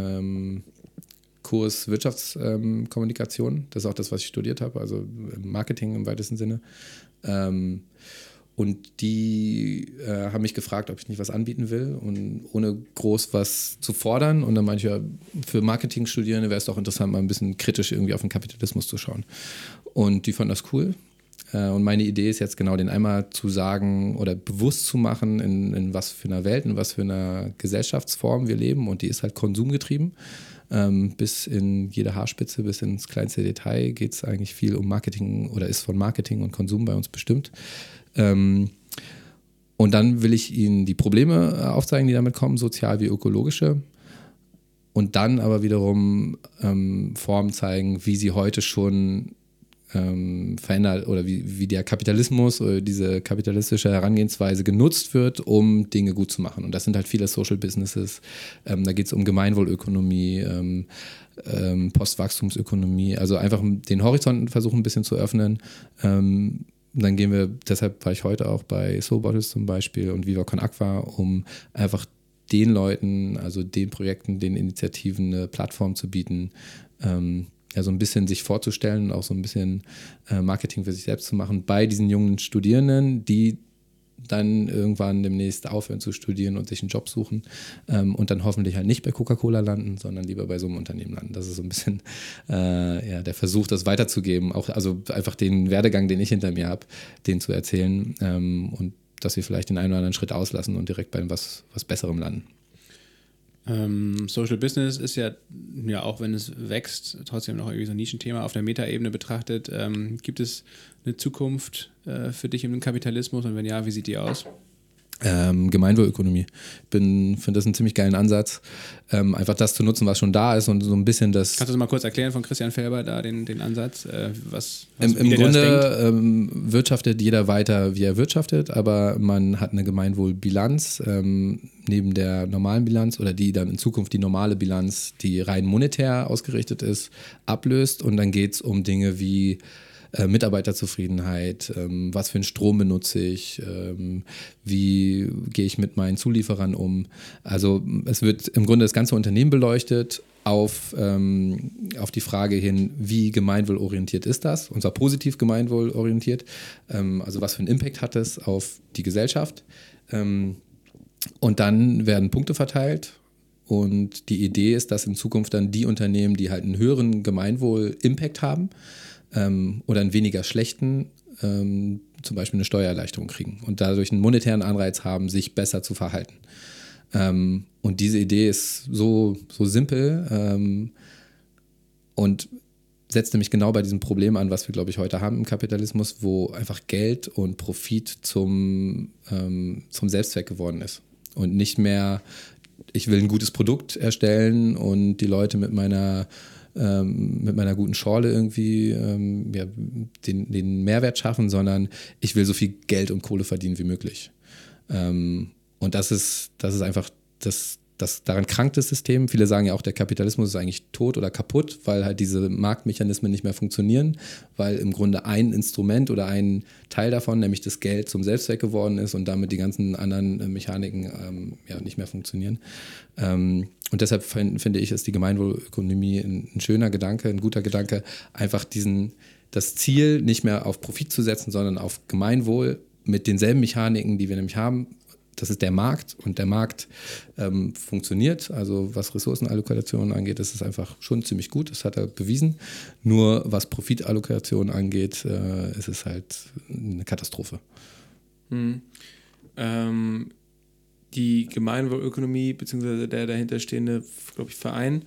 Kurs Wirtschaftskommunikation, das ist auch das, was ich studiert habe, also Marketing im weitesten Sinne. Und die haben mich gefragt, ob ich nicht was anbieten will und ohne groß was zu fordern. Und dann meinte ich, ja, für Marketingstudierende wäre es doch interessant, mal ein bisschen kritisch irgendwie auf den Kapitalismus zu schauen. Und die fanden das cool. Und meine Idee ist jetzt genau, den einmal zu sagen oder bewusst zu machen, in was für einer Welt, in was für einer Gesellschaftsform wir leben. Und die ist halt konsumgetrieben. Bis in jede Haarspitze, bis ins kleinste Detail geht es eigentlich viel um Marketing oder ist von Marketing und Konsum bei uns bestimmt. Und dann will ich Ihnen die Probleme aufzeigen, die damit kommen, sozial wie ökologische. Und dann aber wiederum Formen zeigen, wie sie heute schon verändert oder wie der Kapitalismus oder diese kapitalistische Herangehensweise genutzt wird, um Dinge gut zu machen. Und das sind halt viele Social Businesses. Da geht es um Gemeinwohlökonomie, Postwachstumsökonomie. Also einfach den Horizont versuchen ein bisschen zu öffnen. Dann gehen wir, deshalb war ich heute auch bei Soul Bottles zum Beispiel und Viva Con Aqua, um einfach den Leuten, also den Projekten, den Initiativen eine Plattform zu bieten, ja, so ein bisschen sich vorzustellen und auch so ein bisschen Marketing für sich selbst zu machen bei diesen jungen Studierenden, die dann irgendwann demnächst aufhören zu studieren und sich einen Job suchen und dann hoffentlich halt nicht bei Coca-Cola landen, sondern lieber bei so einem Unternehmen landen. Das ist so ein bisschen der Versuch, das weiterzugeben, auch also einfach den Werdegang, den ich hinter mir habe, den zu erzählen und dass wir vielleicht den einen oder anderen Schritt auslassen und direkt bei was Besserem landen. Social Business ist ja, auch wenn es wächst, trotzdem noch irgendwie so ein Nischenthema auf der Metaebene betrachtet. Gibt es eine Zukunft für dich im Kapitalismus und wenn ja, wie sieht die aus? Gemeinwohlökonomie. Ich finde das einen ziemlich geilen Ansatz, einfach das zu nutzen, was schon da ist und so ein bisschen das... Kannst du das mal kurz erklären von Christian Felber da, den Ansatz? Im Grunde wirtschaftet jeder weiter, wie er wirtschaftet, aber man hat eine Gemeinwohlbilanz neben der normalen Bilanz oder die dann in Zukunft die normale Bilanz, die rein monetär ausgerichtet ist, ablöst und dann geht es um Dinge wie Mitarbeiterzufriedenheit, was für einen Strom benutze ich, wie gehe ich mit meinen Zulieferern um. Also es wird im Grunde das ganze Unternehmen beleuchtet auf die Frage hin, wie gemeinwohlorientiert ist das, und zwar positiv gemeinwohlorientiert, also was für einen Impact hat es auf die Gesellschaft. Und dann werden Punkte verteilt. Und die Idee ist, dass in Zukunft dann die Unternehmen, die halt einen höheren Gemeinwohl-Impact haben, oder einen weniger schlechten, zum Beispiel eine Steuererleichterung kriegen und dadurch einen monetären Anreiz haben, sich besser zu verhalten. Und diese Idee ist so simpel und setzt nämlich genau bei diesem Problem an, was wir, glaube ich, heute haben im Kapitalismus, wo einfach Geld und Profit zum Selbstzweck geworden ist und nicht mehr, ich will ein gutes Produkt erstellen und die Leute mit meiner guten Schorle irgendwie den Mehrwert schaffen, sondern ich will so viel Geld und Kohle verdienen wie möglich. Und das ist einfach das daran krankt das System. Viele sagen ja auch, der Kapitalismus ist eigentlich tot oder kaputt, weil halt diese Marktmechanismen nicht mehr funktionieren, weil im Grunde ein Instrument oder ein Teil davon, nämlich das Geld, zum Selbstzweck geworden ist und damit die ganzen anderen Mechaniken nicht mehr funktionieren. Und deshalb finde ich, ist die Gemeinwohlökonomie ein schöner Gedanke, ein guter Gedanke, einfach das Ziel nicht mehr auf Profit zu setzen, sondern auf Gemeinwohl mit denselben Mechaniken, die wir nämlich haben. Das ist der Markt und der Markt funktioniert. Also was Ressourcenallokation angeht, ist es einfach schon ziemlich gut. Das hat er bewiesen. Nur was Profitallokation angeht, ist es halt eine Katastrophe. die Gemeinwohlökonomie, beziehungsweise der dahinterstehende, glaube ich, Verein,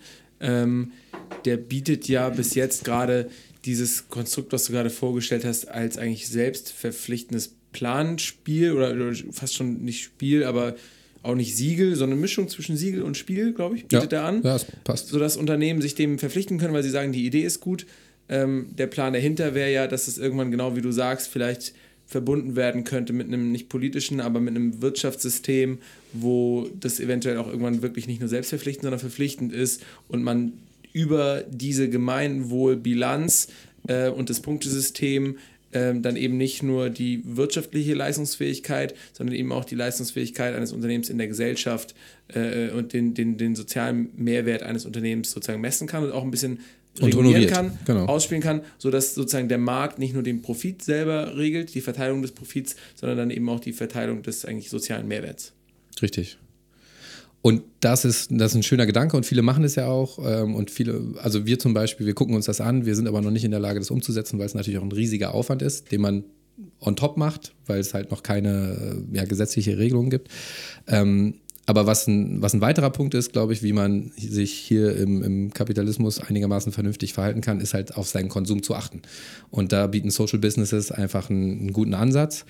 der bietet ja bis jetzt gerade dieses Konstrukt, was du gerade vorgestellt hast, als eigentlich selbstverpflichtendes Planspiel oder fast schon nicht Spiel, aber auch nicht Siegel, sondern eine Mischung zwischen Siegel und Spiel, glaube ich, bietet er an. Ja, das passt. Sodass Unternehmen sich dem verpflichten können, weil sie sagen, die Idee ist gut. Der Plan dahinter wäre ja, dass es irgendwann, genau wie du sagst, vielleicht verbunden werden könnte mit einem nicht politischen, aber mit einem Wirtschaftssystem, wo das eventuell auch irgendwann wirklich nicht nur selbstverpflichtend, sondern verpflichtend ist und man über diese Gemeinwohlbilanz und das Punktesystem dann eben nicht nur die wirtschaftliche Leistungsfähigkeit, sondern eben auch die Leistungsfähigkeit eines Unternehmens in der Gesellschaft und den sozialen Mehrwert eines Unternehmens sozusagen messen kann und auch ein bisschen regulieren kann, genau, ausspielen kann, sodass sozusagen der Markt nicht nur den Profit selber regelt, die Verteilung des Profits, sondern dann eben auch die Verteilung des eigentlich sozialen Mehrwerts. Richtig. Und das ist ein schöner Gedanke und viele machen es ja auch und viele, also wir zum Beispiel, wir gucken uns das an, wir sind aber noch nicht in der Lage, das umzusetzen, weil es natürlich auch ein riesiger Aufwand ist, den man on top macht, weil es halt noch keine gesetzliche Regelung gibt. Aber was ein weiterer Punkt ist, glaube ich, wie man sich hier im Kapitalismus einigermaßen vernünftig verhalten kann, ist halt auf seinen Konsum zu achten. Und da bieten Social Businesses einfach einen guten Ansatz.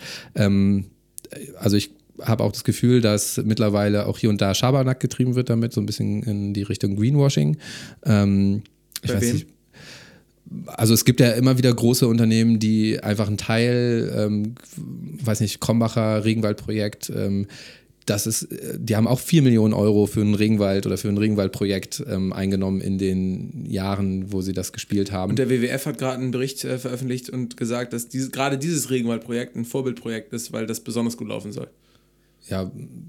Also ich habe auch das Gefühl, dass mittlerweile auch hier und da Schabernack getrieben wird damit, so ein bisschen in die Richtung Greenwashing. Ich weiß nicht. Also es gibt ja immer wieder große Unternehmen, die einfach einen Teil, weiß nicht, Krombacher Regenwaldprojekt, die haben auch 4 Millionen Euro für einen Regenwald oder für ein Regenwaldprojekt eingenommen in den Jahren, wo sie das gespielt haben. Und der WWF hat gerade einen Bericht veröffentlicht und gesagt, dass gerade dieses Regenwaldprojekt ein Vorbildprojekt ist, weil das besonders gut laufen soll. Ja,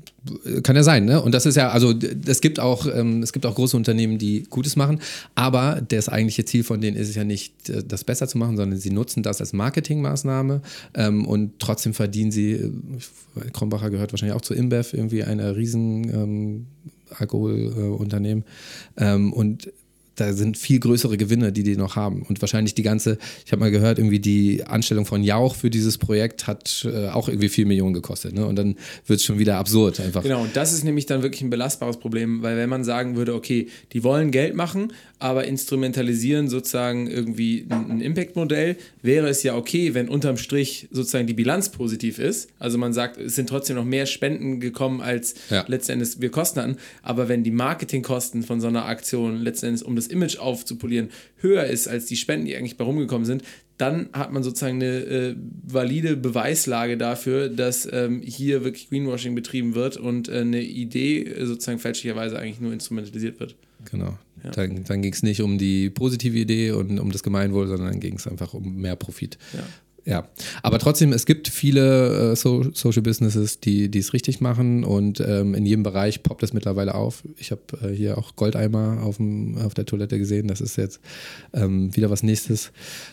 kann ja sein, ne? Und das ist ja, also es gibt auch große Unternehmen, die Gutes machen, aber das eigentliche Ziel von denen ist es ja nicht, das besser zu machen, sondern sie nutzen das als Marketingmaßnahme und trotzdem verdienen sie, Krombacher gehört wahrscheinlich auch zu InBev, irgendwie einer riesen Alkoholunternehmen und da sind viel größere Gewinne, die noch haben. Und wahrscheinlich ich habe mal gehört, irgendwie die Anstellung von Jauch für dieses Projekt hat auch irgendwie 4 Millionen gekostet. Ne? Und dann wird es schon wieder absurd einfach. Genau, und das ist nämlich dann wirklich ein belastbares Problem, weil wenn man sagen würde, okay, die wollen Geld machen, aber instrumentalisieren sozusagen irgendwie ein Impact-Modell, wäre es ja okay, wenn unterm Strich sozusagen die Bilanz positiv ist. Also man sagt, es sind trotzdem noch mehr Spenden gekommen, als letztendlich wir Kosten hatten. Aber wenn die Marketingkosten von so einer Aktion letztendlich, um das Image aufzupolieren, höher ist als die Spenden, die eigentlich bei rumgekommen sind, dann hat man sozusagen eine valide Beweislage dafür, dass hier wirklich Greenwashing betrieben wird und eine Idee sozusagen fälschlicherweise eigentlich nur instrumentalisiert wird. Genau. Ja. Dann ging es nicht um die positive Idee und um das Gemeinwohl, sondern dann ging es einfach um mehr Profit. Ja, aber trotzdem, es gibt viele Social Businesses, die es richtig machen und in jedem Bereich poppt es mittlerweile auf. Ich habe hier auch Goldeimer auf der Toilette gesehen, das ist jetzt wieder was Nächstes.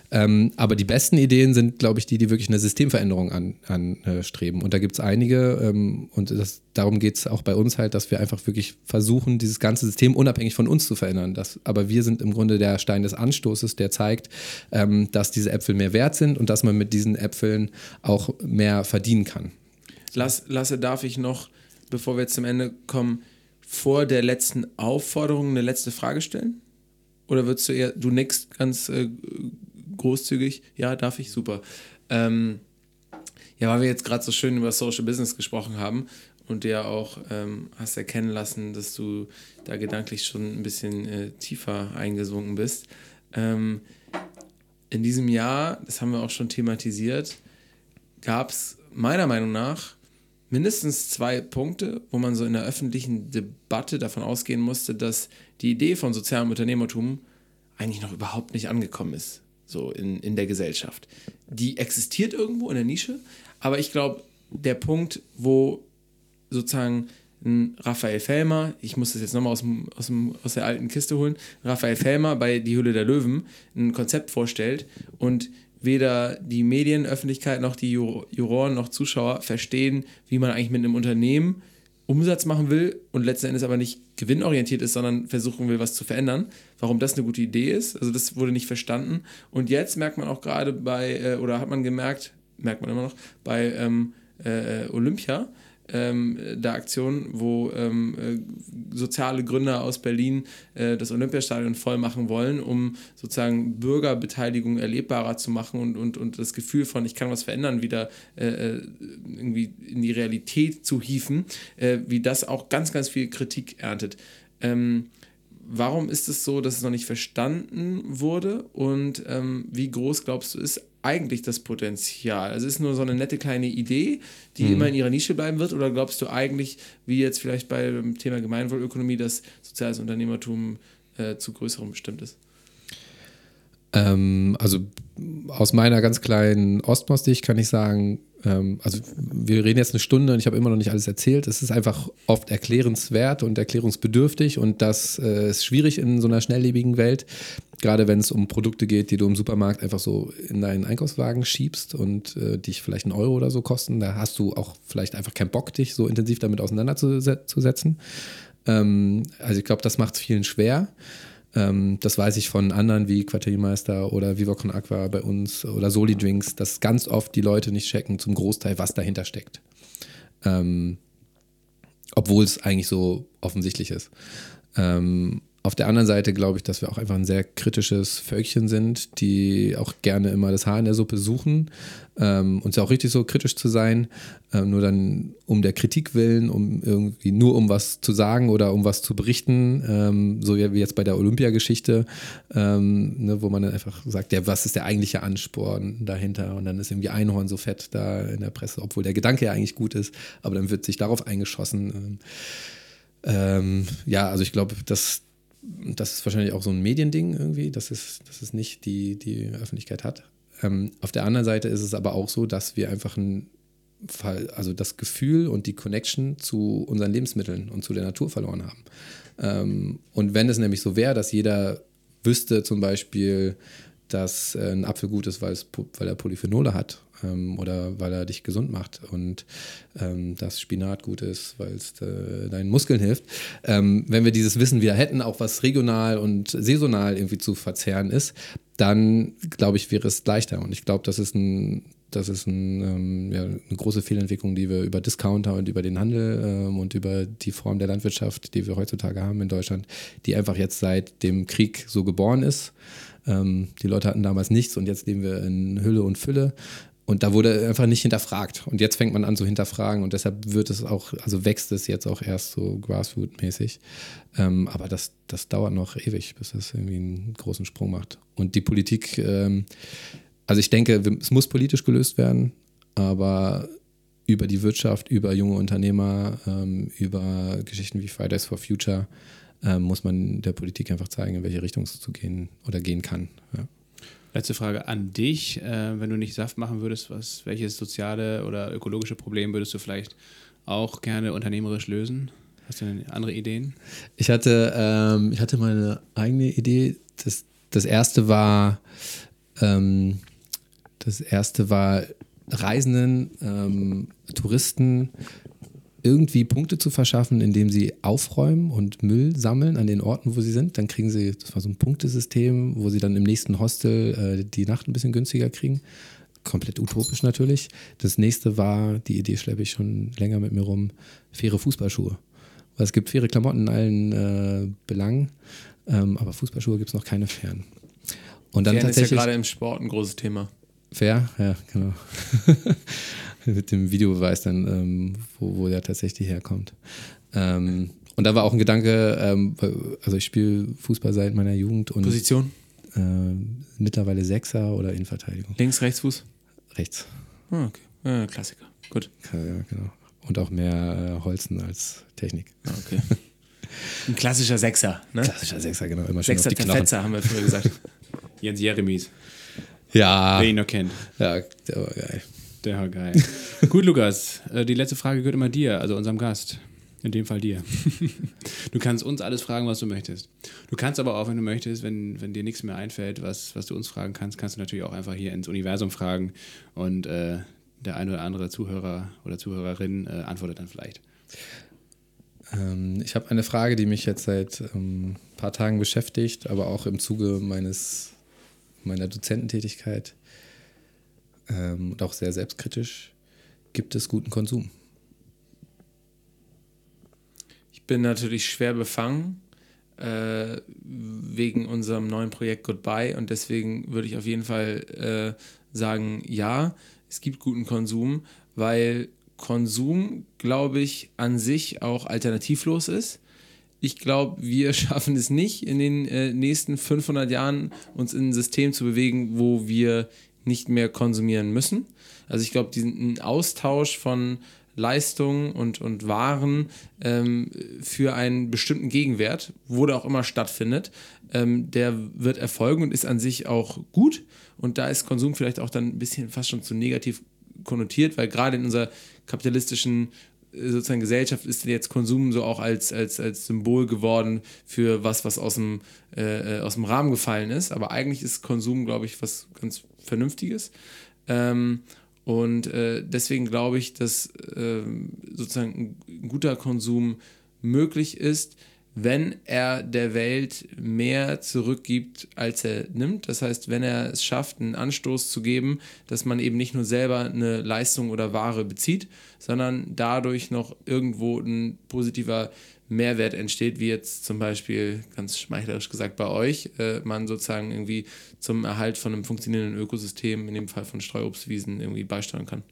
Aber die besten Ideen sind, glaube ich, die wirklich eine Systemveränderung anstreben. Und da gibt es einige und darum geht es auch bei uns halt, dass wir einfach wirklich versuchen, dieses ganze System unabhängig von uns zu verändern. Aber wir sind im Grunde der Stein des Anstoßes, der zeigt, dass diese Äpfel mehr wert sind und dass man mit diesen Äpfeln auch mehr verdienen kann. Lasse, darf ich noch, bevor wir jetzt zum Ende kommen, vor der letzten Aufforderung eine letzte Frage stellen? Oder würdest du eher, du nickst ganz großzügig? Ja, darf ich? Super. Weil wir jetzt gerade so schön über Social Business gesprochen haben und dir auch hast erkennen lassen, dass du da gedanklich schon ein bisschen tiefer eingesunken bist. In diesem Jahr, das haben wir auch schon thematisiert, gab es meiner Meinung nach mindestens 2 Punkte, wo man so in der öffentlichen Debatte davon ausgehen musste, dass die Idee von sozialem Unternehmertum eigentlich noch überhaupt nicht angekommen ist, so in der Gesellschaft. Die existiert irgendwo in der Nische, aber ich glaube, der Punkt, wo sozusagen ein Raphael Fellmer, ich muss das jetzt nochmal aus der alten Kiste holen, Raphael Fellmer bei Die Höhle der Löwen ein Konzept vorstellt und weder die Medienöffentlichkeit noch die Juroren noch Zuschauer verstehen, wie man eigentlich mit einem Unternehmen Umsatz machen will und letzten Endes aber nicht gewinnorientiert ist, sondern versuchen will, was zu verändern. Warum das eine gute Idee ist, also das wurde nicht verstanden. Und jetzt merkt man auch gerade merkt man immer noch, bei Olympia. Der Aktion, wo soziale Gründer aus Berlin das Olympiastadion voll machen wollen, um sozusagen Bürgerbeteiligung erlebbarer zu machen und das Gefühl von, ich kann was verändern, wieder irgendwie in die Realität zu hieven, wie das auch ganz, ganz viel Kritik erntet. Warum ist es so, dass es noch nicht verstanden wurde und wie groß glaubst du ist eigentlich das Potenzial? Also ist nur so eine nette kleine Idee, die immer in ihrer Nische bleiben wird, oder glaubst du eigentlich, wie jetzt vielleicht beim Thema Gemeinwohlökonomie, dass soziales Unternehmertum zu größerem bestimmt ist? Also aus meiner ganz kleinen Ostmos-Sicht kann ich sagen, also wir reden jetzt eine Stunde und ich habe immer noch nicht alles erzählt. Es ist einfach oft erklärenswert und erklärungsbedürftig und das ist schwierig in so einer schnelllebigen Welt, gerade wenn es um Produkte geht, die du im Supermarkt einfach so in deinen Einkaufswagen schiebst und dich vielleicht €1 oder so kosten. Da hast du auch vielleicht einfach keinen Bock, dich so intensiv damit auseinanderzusetzen. Also ich glaube, das macht es vielen schwer. Das weiß ich von anderen wie Quartiermeister oder Viva Con Aqua bei uns oder Soli Drinks, dass ganz oft die Leute nicht checken, zum Großteil, was dahinter steckt. Obwohl es eigentlich so offensichtlich ist. Auf der anderen Seite glaube ich, dass wir auch einfach ein sehr kritisches Völkchen sind, die auch gerne immer das Haar in der Suppe suchen. Und es ist auch richtig so, kritisch zu sein, nur dann um der Kritik willen, um was zu sagen oder um was zu berichten, so wie jetzt bei der Olympiageschichte, wo man dann einfach sagt, ja, was ist der eigentliche Ansporn dahinter? Und dann ist irgendwie Einhorn so fett da in der Presse, obwohl der Gedanke ja eigentlich gut ist, aber dann wird sich darauf eingeschossen. Also ich glaube, das ist wahrscheinlich auch so ein Mediending irgendwie, dass es nicht die Öffentlichkeit hat. Auf der anderen Seite ist es aber auch so, dass wir einfach also das Gefühl und die Connection zu unseren Lebensmitteln und zu der Natur verloren haben. Und wenn es nämlich so wäre, dass jeder wüsste zum Beispiel, dass ein Apfel gut ist, weil er Polyphenole hat oder weil er dich gesund macht und dass Spinat gut ist, weil es deinen Muskeln hilft. Wenn wir dieses Wissen wieder hätten, auch was regional und saisonal irgendwie zu verzehren ist, dann glaube ich, wäre es leichter. Und ich glaube, das ist eine große Fehlentwicklung, die wir über Discounter und über den Handel und über die Form der Landwirtschaft, die wir heutzutage haben in Deutschland, die einfach jetzt seit dem Krieg so geboren ist. Die Leute hatten damals nichts und jetzt leben wir in Hülle und Fülle. Und da wurde einfach nicht hinterfragt. Und jetzt fängt man an zu hinterfragen und deshalb wächst es jetzt auch erst so Grassroot-mäßig. Aber das dauert noch ewig, bis es irgendwie einen großen Sprung macht. Und die Politik, also ich denke, es muss politisch gelöst werden, aber über die Wirtschaft, über junge Unternehmer, über Geschichten wie Fridays for Future muss man der Politik einfach zeigen, in welche Richtung es zu gehen oder gehen kann. Ja. Letzte Frage an dich. Wenn du nicht Saft machen würdest, welches soziale oder ökologische Problem würdest du vielleicht auch gerne unternehmerisch lösen? Hast du denn andere Ideen? Ich hatte meine eigene Idee. Das erste war Reisenden, Touristen irgendwie Punkte zu verschaffen, indem sie aufräumen und Müll sammeln an den Orten, wo sie sind. Dann kriegen sie, das war so ein Punktesystem, wo sie dann im nächsten Hostel die Nacht ein bisschen günstiger kriegen. Komplett utopisch natürlich. Das nächste war, die Idee schleppe ich schon länger mit mir rum, faire Fußballschuhe. Weil es gibt faire Klamotten in allen Belangen, aber Fußballschuhe gibt es noch keine fairen. Und dann tatsächlich ist ja gerade im Sport ein großes Thema. Fair, ja, genau. Mit dem Videobeweis dann, wo der tatsächlich herkommt. Und da war auch ein Gedanke, also ich spiele Fußball seit meiner Jugend. Und Position? Mittlerweile Sechser oder Innenverteidigung. Links, rechts, Fuß? Rechts. Ah, okay. Klassiker. Gut. Ja, genau. Und auch mehr Holzen als Technik. Ah, okay. Ein klassischer Sechser, ne? Klassischer Sechser, genau. Immer schön Sechser auf die Knochen. Zerfetzer, haben wir früher gesagt. Jens Jeremies. Ja. Wer ihn noch kennt. Ja, der war geil. Der war geil. Gut, Lukas, die letzte Frage gehört immer dir, also unserem Gast. In dem Fall dir. Du kannst uns alles fragen, was du möchtest. Du kannst aber auch, wenn du möchtest, wenn dir nichts mehr einfällt, was du uns fragen kannst, kannst du natürlich auch einfach hier ins Universum fragen und der eine oder andere Zuhörer oder Zuhörerin antwortet dann vielleicht. Ich habe eine Frage, die mich jetzt seit ein paar Tagen beschäftigt, aber auch im Zuge meiner Dozententätigkeit und auch sehr selbstkritisch. gibt es guten Konsum? Ich bin natürlich schwer befangen wegen unserem neuen Projekt Goodbye und deswegen würde ich auf jeden Fall sagen, ja, es gibt guten Konsum, weil Konsum, glaube ich, an sich auch alternativlos ist. Ich glaube, wir schaffen es nicht, in den nächsten 500 Jahren uns in ein System zu bewegen, wo wir nicht mehr konsumieren müssen. Also ich glaube, diesen Austausch von Leistungen und Waren für einen bestimmten Gegenwert, wo der auch immer stattfindet, der wird erfolgen und ist an sich auch gut. Und da ist Konsum vielleicht auch dann ein bisschen fast schon zu negativ konnotiert, weil gerade in unserer kapitalistischen sozusagen Gesellschaft ist jetzt Konsum so auch als Symbol geworden für was aus dem Rahmen gefallen ist. Aber eigentlich ist Konsum, glaube ich, was ganz Vernünftiges. Deswegen glaube ich, dass sozusagen ein guter Konsum möglich ist, wenn er der Welt mehr zurückgibt, als er nimmt. Das heißt, wenn er es schafft, einen Anstoß zu geben, dass man eben nicht nur selber eine Leistung oder Ware bezieht, sondern dadurch noch irgendwo ein positiver Mehrwert entsteht, wie jetzt zum Beispiel, ganz schmeichlerisch gesagt, bei euch, man sozusagen irgendwie zum Erhalt von einem funktionierenden Ökosystem, in dem Fall von Streuobstwiesen, irgendwie beisteuern kann.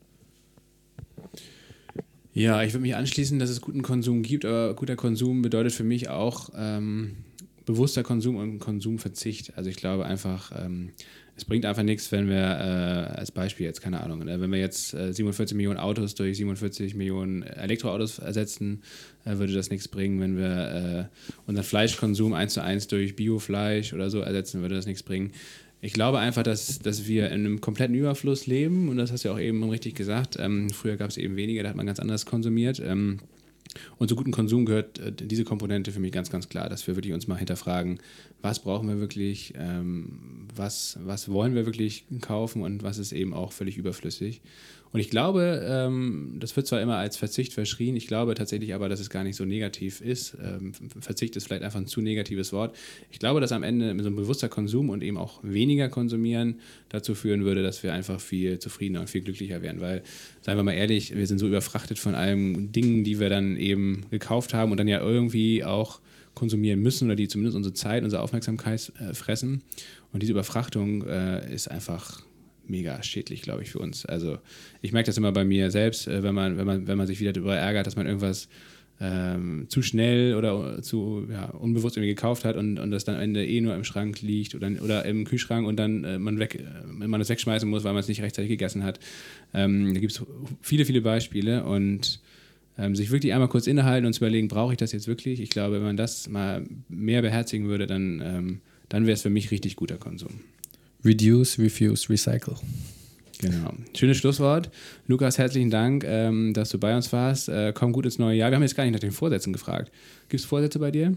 Ja, ich würde mich anschließen, dass es guten Konsum gibt, aber guter Konsum bedeutet für mich auch bewusster Konsum und Konsumverzicht. Also ich glaube einfach, es bringt einfach nichts, wenn wir als Beispiel jetzt, keine Ahnung, wenn wir jetzt 47 Millionen Autos durch 47 Millionen Elektroautos ersetzen, würde das nichts bringen. Wenn wir unseren Fleischkonsum 1:1 durch Biofleisch oder so ersetzen, würde das nichts bringen. Ich glaube einfach, dass wir in einem kompletten Überfluss leben und das hast du ja auch eben richtig gesagt. Früher gab es eben weniger, da hat man ganz anders konsumiert. Und zu gutem Konsum gehört diese Komponente für mich ganz, ganz klar, dass wir wirklich uns mal hinterfragen, was brauchen wir wirklich, was wollen wir wirklich kaufen und was ist eben auch völlig überflüssig. Und ich glaube, das wird zwar immer als Verzicht verschrien, ich glaube tatsächlich aber, dass es gar nicht so negativ ist. Verzicht ist vielleicht einfach ein zu negatives Wort. Ich glaube, dass am Ende so ein bewusster Konsum und eben auch weniger konsumieren dazu führen würde, dass wir einfach viel zufriedener und viel glücklicher wären. Weil, seien wir mal ehrlich, wir sind so überfrachtet von allen Dingen, die wir dann eben gekauft haben und dann ja irgendwie auch konsumieren müssen oder die zumindest unsere Zeit, unsere Aufmerksamkeit fressen. Und diese Überfrachtung ist einfach mega schädlich, glaube ich, für uns. Also ich merke das immer bei mir selbst, wenn man sich wieder darüber ärgert, dass man irgendwas zu schnell oder zu unbewusst irgendwie gekauft hat und das dann am Ende nur im Schrank liegt oder im Kühlschrank und dann man es wegschmeißen muss, weil man es nicht rechtzeitig gegessen hat. Da gibt es viele, viele Beispiele und sich wirklich einmal kurz innehalten und zu überlegen, brauche ich das jetzt wirklich? Ich glaube, wenn man das mal mehr beherzigen würde, dann wäre es für mich richtig guter Konsum. Reduce, refuse, recycle. Genau. Schönes Schlusswort. Lukas, herzlichen Dank, dass du bei uns warst. Komm gut ins neue Jahr. Wir haben jetzt gar nicht nach den Vorsätzen gefragt. Gibt es Vorsätze bei dir?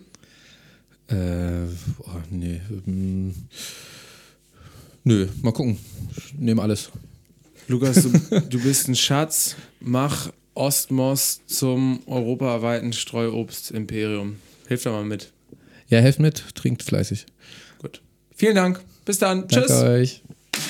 Nee. Nö, mal gucken. Ich nehme alles. Lukas, du bist ein Schatz. Mach Ostmos zum europaweiten Streuobst-Imperium. Hilf da mal mit. Ja, helft mit, trinkt fleißig. Gut. Vielen Dank. Bis dann. Danke Tschüss. euch.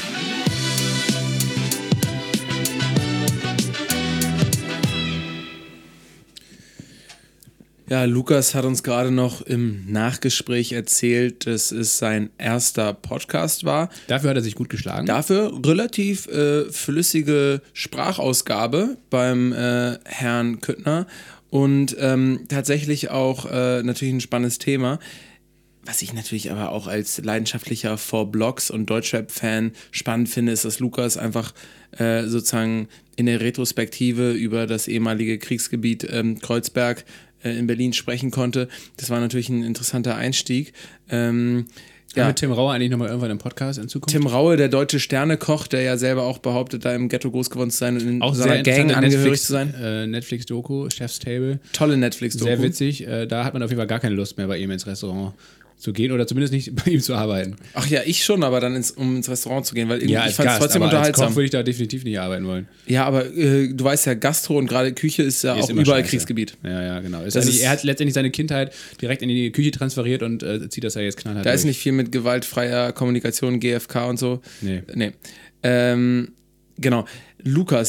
Ja, Lukas hat uns gerade noch im Nachgespräch erzählt, dass es sein erster Podcast war. Dafür hat er sich gut geschlagen. Dafür relativ flüssige Sprachausgabe beim Herrn Küttner und tatsächlich auch natürlich ein spannendes Thema. Was ich natürlich aber auch als leidenschaftlicher 4Blocks und Deutschrap-Fan spannend finde, ist, dass Lukas einfach sozusagen in der Retrospektive über das ehemalige Kriegsgebiet Kreuzberg in Berlin sprechen konnte. Das war natürlich ein interessanter Einstieg. Ja. Mit Tim Raue eigentlich nochmal irgendwann im Podcast in Zukunft? Tim Raue, der deutsche Sternekoch, der ja selber auch behauptet, da im Ghetto groß geworden zu sein und in auch seiner Gang angehörig zu sein. Netflix-Doku, Chef's Table. Tolle Netflix-Doku. Sehr witzig. Da hat man auf jeden Fall gar keine Lust mehr, bei ihm ins Restaurant zu gehen oder zumindest nicht bei ihm zu arbeiten. Ach ja, ich schon, aber dann um ins Restaurant zu gehen, weil irgendwie, ja, ich fand es trotzdem unterhaltsam. Als Koch würde ich da definitiv nicht arbeiten wollen. Ja, aber du weißt ja, Gastro und gerade Küche ist ja auch überall Kriegsgebiet. Ja, genau. Er hat letztendlich seine Kindheit direkt in die Küche transferiert und zieht das ja jetzt knallhart Da durch. ist nicht viel mit gewaltfreier Kommunikation, GFK und so. Nee. Genau. Lukas,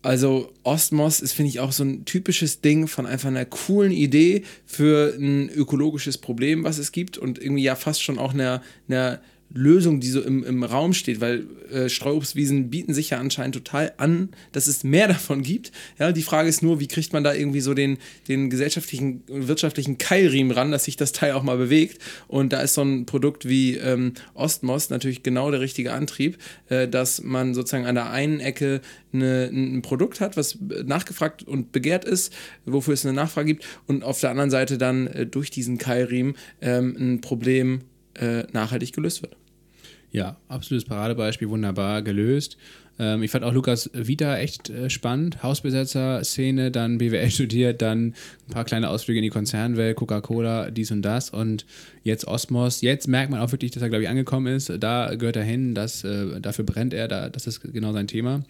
Also Ostmos ist, finde ich, auch so ein typisches Ding von einfach einer coolen Idee für ein ökologisches Problem, was es gibt und irgendwie ja fast schon auch einer Lösung, die so im Raum steht, weil Streuobstwiesen bieten sich ja anscheinend total an, dass es mehr davon gibt. Ja, die Frage ist nur, wie kriegt man da irgendwie so den gesellschaftlichen, wirtschaftlichen Keilriemen ran, dass sich das Teil auch mal bewegt. Und da ist so ein Produkt wie Ostmos natürlich genau der richtige Antrieb, dass man sozusagen an der einen Ecke ein Produkt hat, was nachgefragt und begehrt ist, wofür es eine Nachfrage gibt, und auf der anderen Seite dann durch diesen Keilriemen ein Problem nachhaltig gelöst wird. Ja, absolutes Paradebeispiel, wunderbar gelöst. Ich fand auch Lukas Vita echt spannend. Hausbesetzer-Szene, dann BWL studiert, dann ein paar kleine Ausflüge in die Konzernwelt, Coca-Cola, dies und das und jetzt Ostmos. Jetzt merkt man auch wirklich, dass er, glaube ich, angekommen ist. Da gehört er hin, dafür brennt er, das ist genau sein Thema.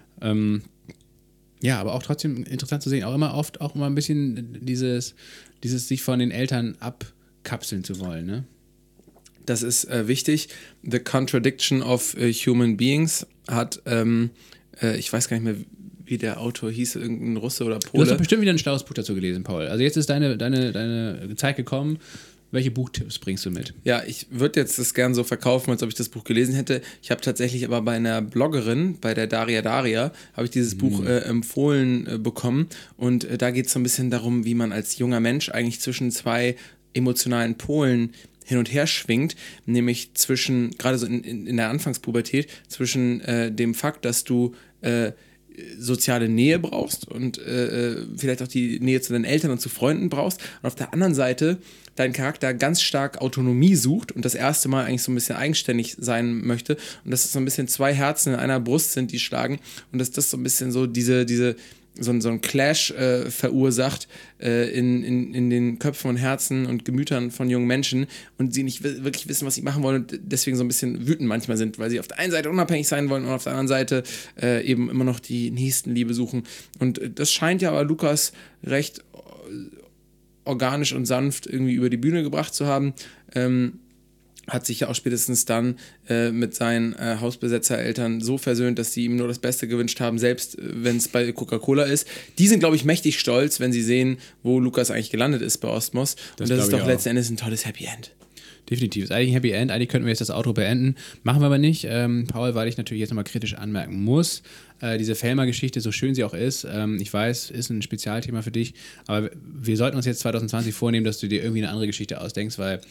Ja, aber auch trotzdem interessant zu sehen, auch immer ein bisschen dieses sich von den Eltern abkapseln zu wollen, ne? Das ist wichtig. The Contradiction of Human Beings hat, ich weiß gar nicht mehr, wie der Autor hieß, irgendein Russe oder Pole. Du hast doch bestimmt wieder ein schlaues Buch dazu gelesen, Paul. Also jetzt ist deine Zeit gekommen. Welche Buchtipps bringst du mit? Ja, ich würde jetzt das gern so verkaufen, als ob ich das Buch gelesen hätte. Ich habe tatsächlich aber bei einer Bloggerin, bei der Daria, habe ich dieses Buch empfohlen bekommen. Und da geht es so ein bisschen darum, wie man als junger Mensch eigentlich zwischen zwei emotionalen Polen hin und her schwingt, nämlich zwischen, gerade so in der Anfangspubertät, zwischen dem Fakt, dass du soziale Nähe brauchst und vielleicht auch die Nähe zu deinen Eltern und zu Freunden brauchst, und auf der anderen Seite dein Charakter ganz stark Autonomie sucht und das erste Mal eigentlich so ein bisschen eigenständig sein möchte, und dass es so ein bisschen zwei Herzen in einer Brust sind, die schlagen, und dass das so ein bisschen so so ein Clash verursacht in den Köpfen und Herzen und Gemütern von jungen Menschen, und sie nicht wirklich wissen, was sie machen wollen, und deswegen so ein bisschen wütend manchmal sind, weil sie auf der einen Seite unabhängig sein wollen und auf der anderen Seite eben immer noch die Nächstenliebe suchen. Und das scheint ja aber Lukas recht organisch und sanft irgendwie über die Bühne gebracht zu haben. Hat sich ja auch spätestens dann mit seinen Hausbesetzereltern so versöhnt, dass sie ihm nur das Beste gewünscht haben, selbst wenn es bei Coca-Cola ist. Die sind, glaube ich, mächtig stolz, wenn sie sehen, wo Lukas eigentlich gelandet ist bei Ostmos. Und das ist doch letzten Endes ein tolles Happy End. Definitiv. Ist eigentlich ein Happy End. Eigentlich könnten wir jetzt das Outro beenden. Machen wir aber nicht, Paul, weil ich natürlich jetzt nochmal kritisch anmerken muss. Diese Fellmer-Geschichte, so schön sie auch ist, ich weiß, ist ein Spezialthema für dich, aber wir sollten uns jetzt 2020 vornehmen, dass du dir irgendwie eine andere Geschichte ausdenkst, weil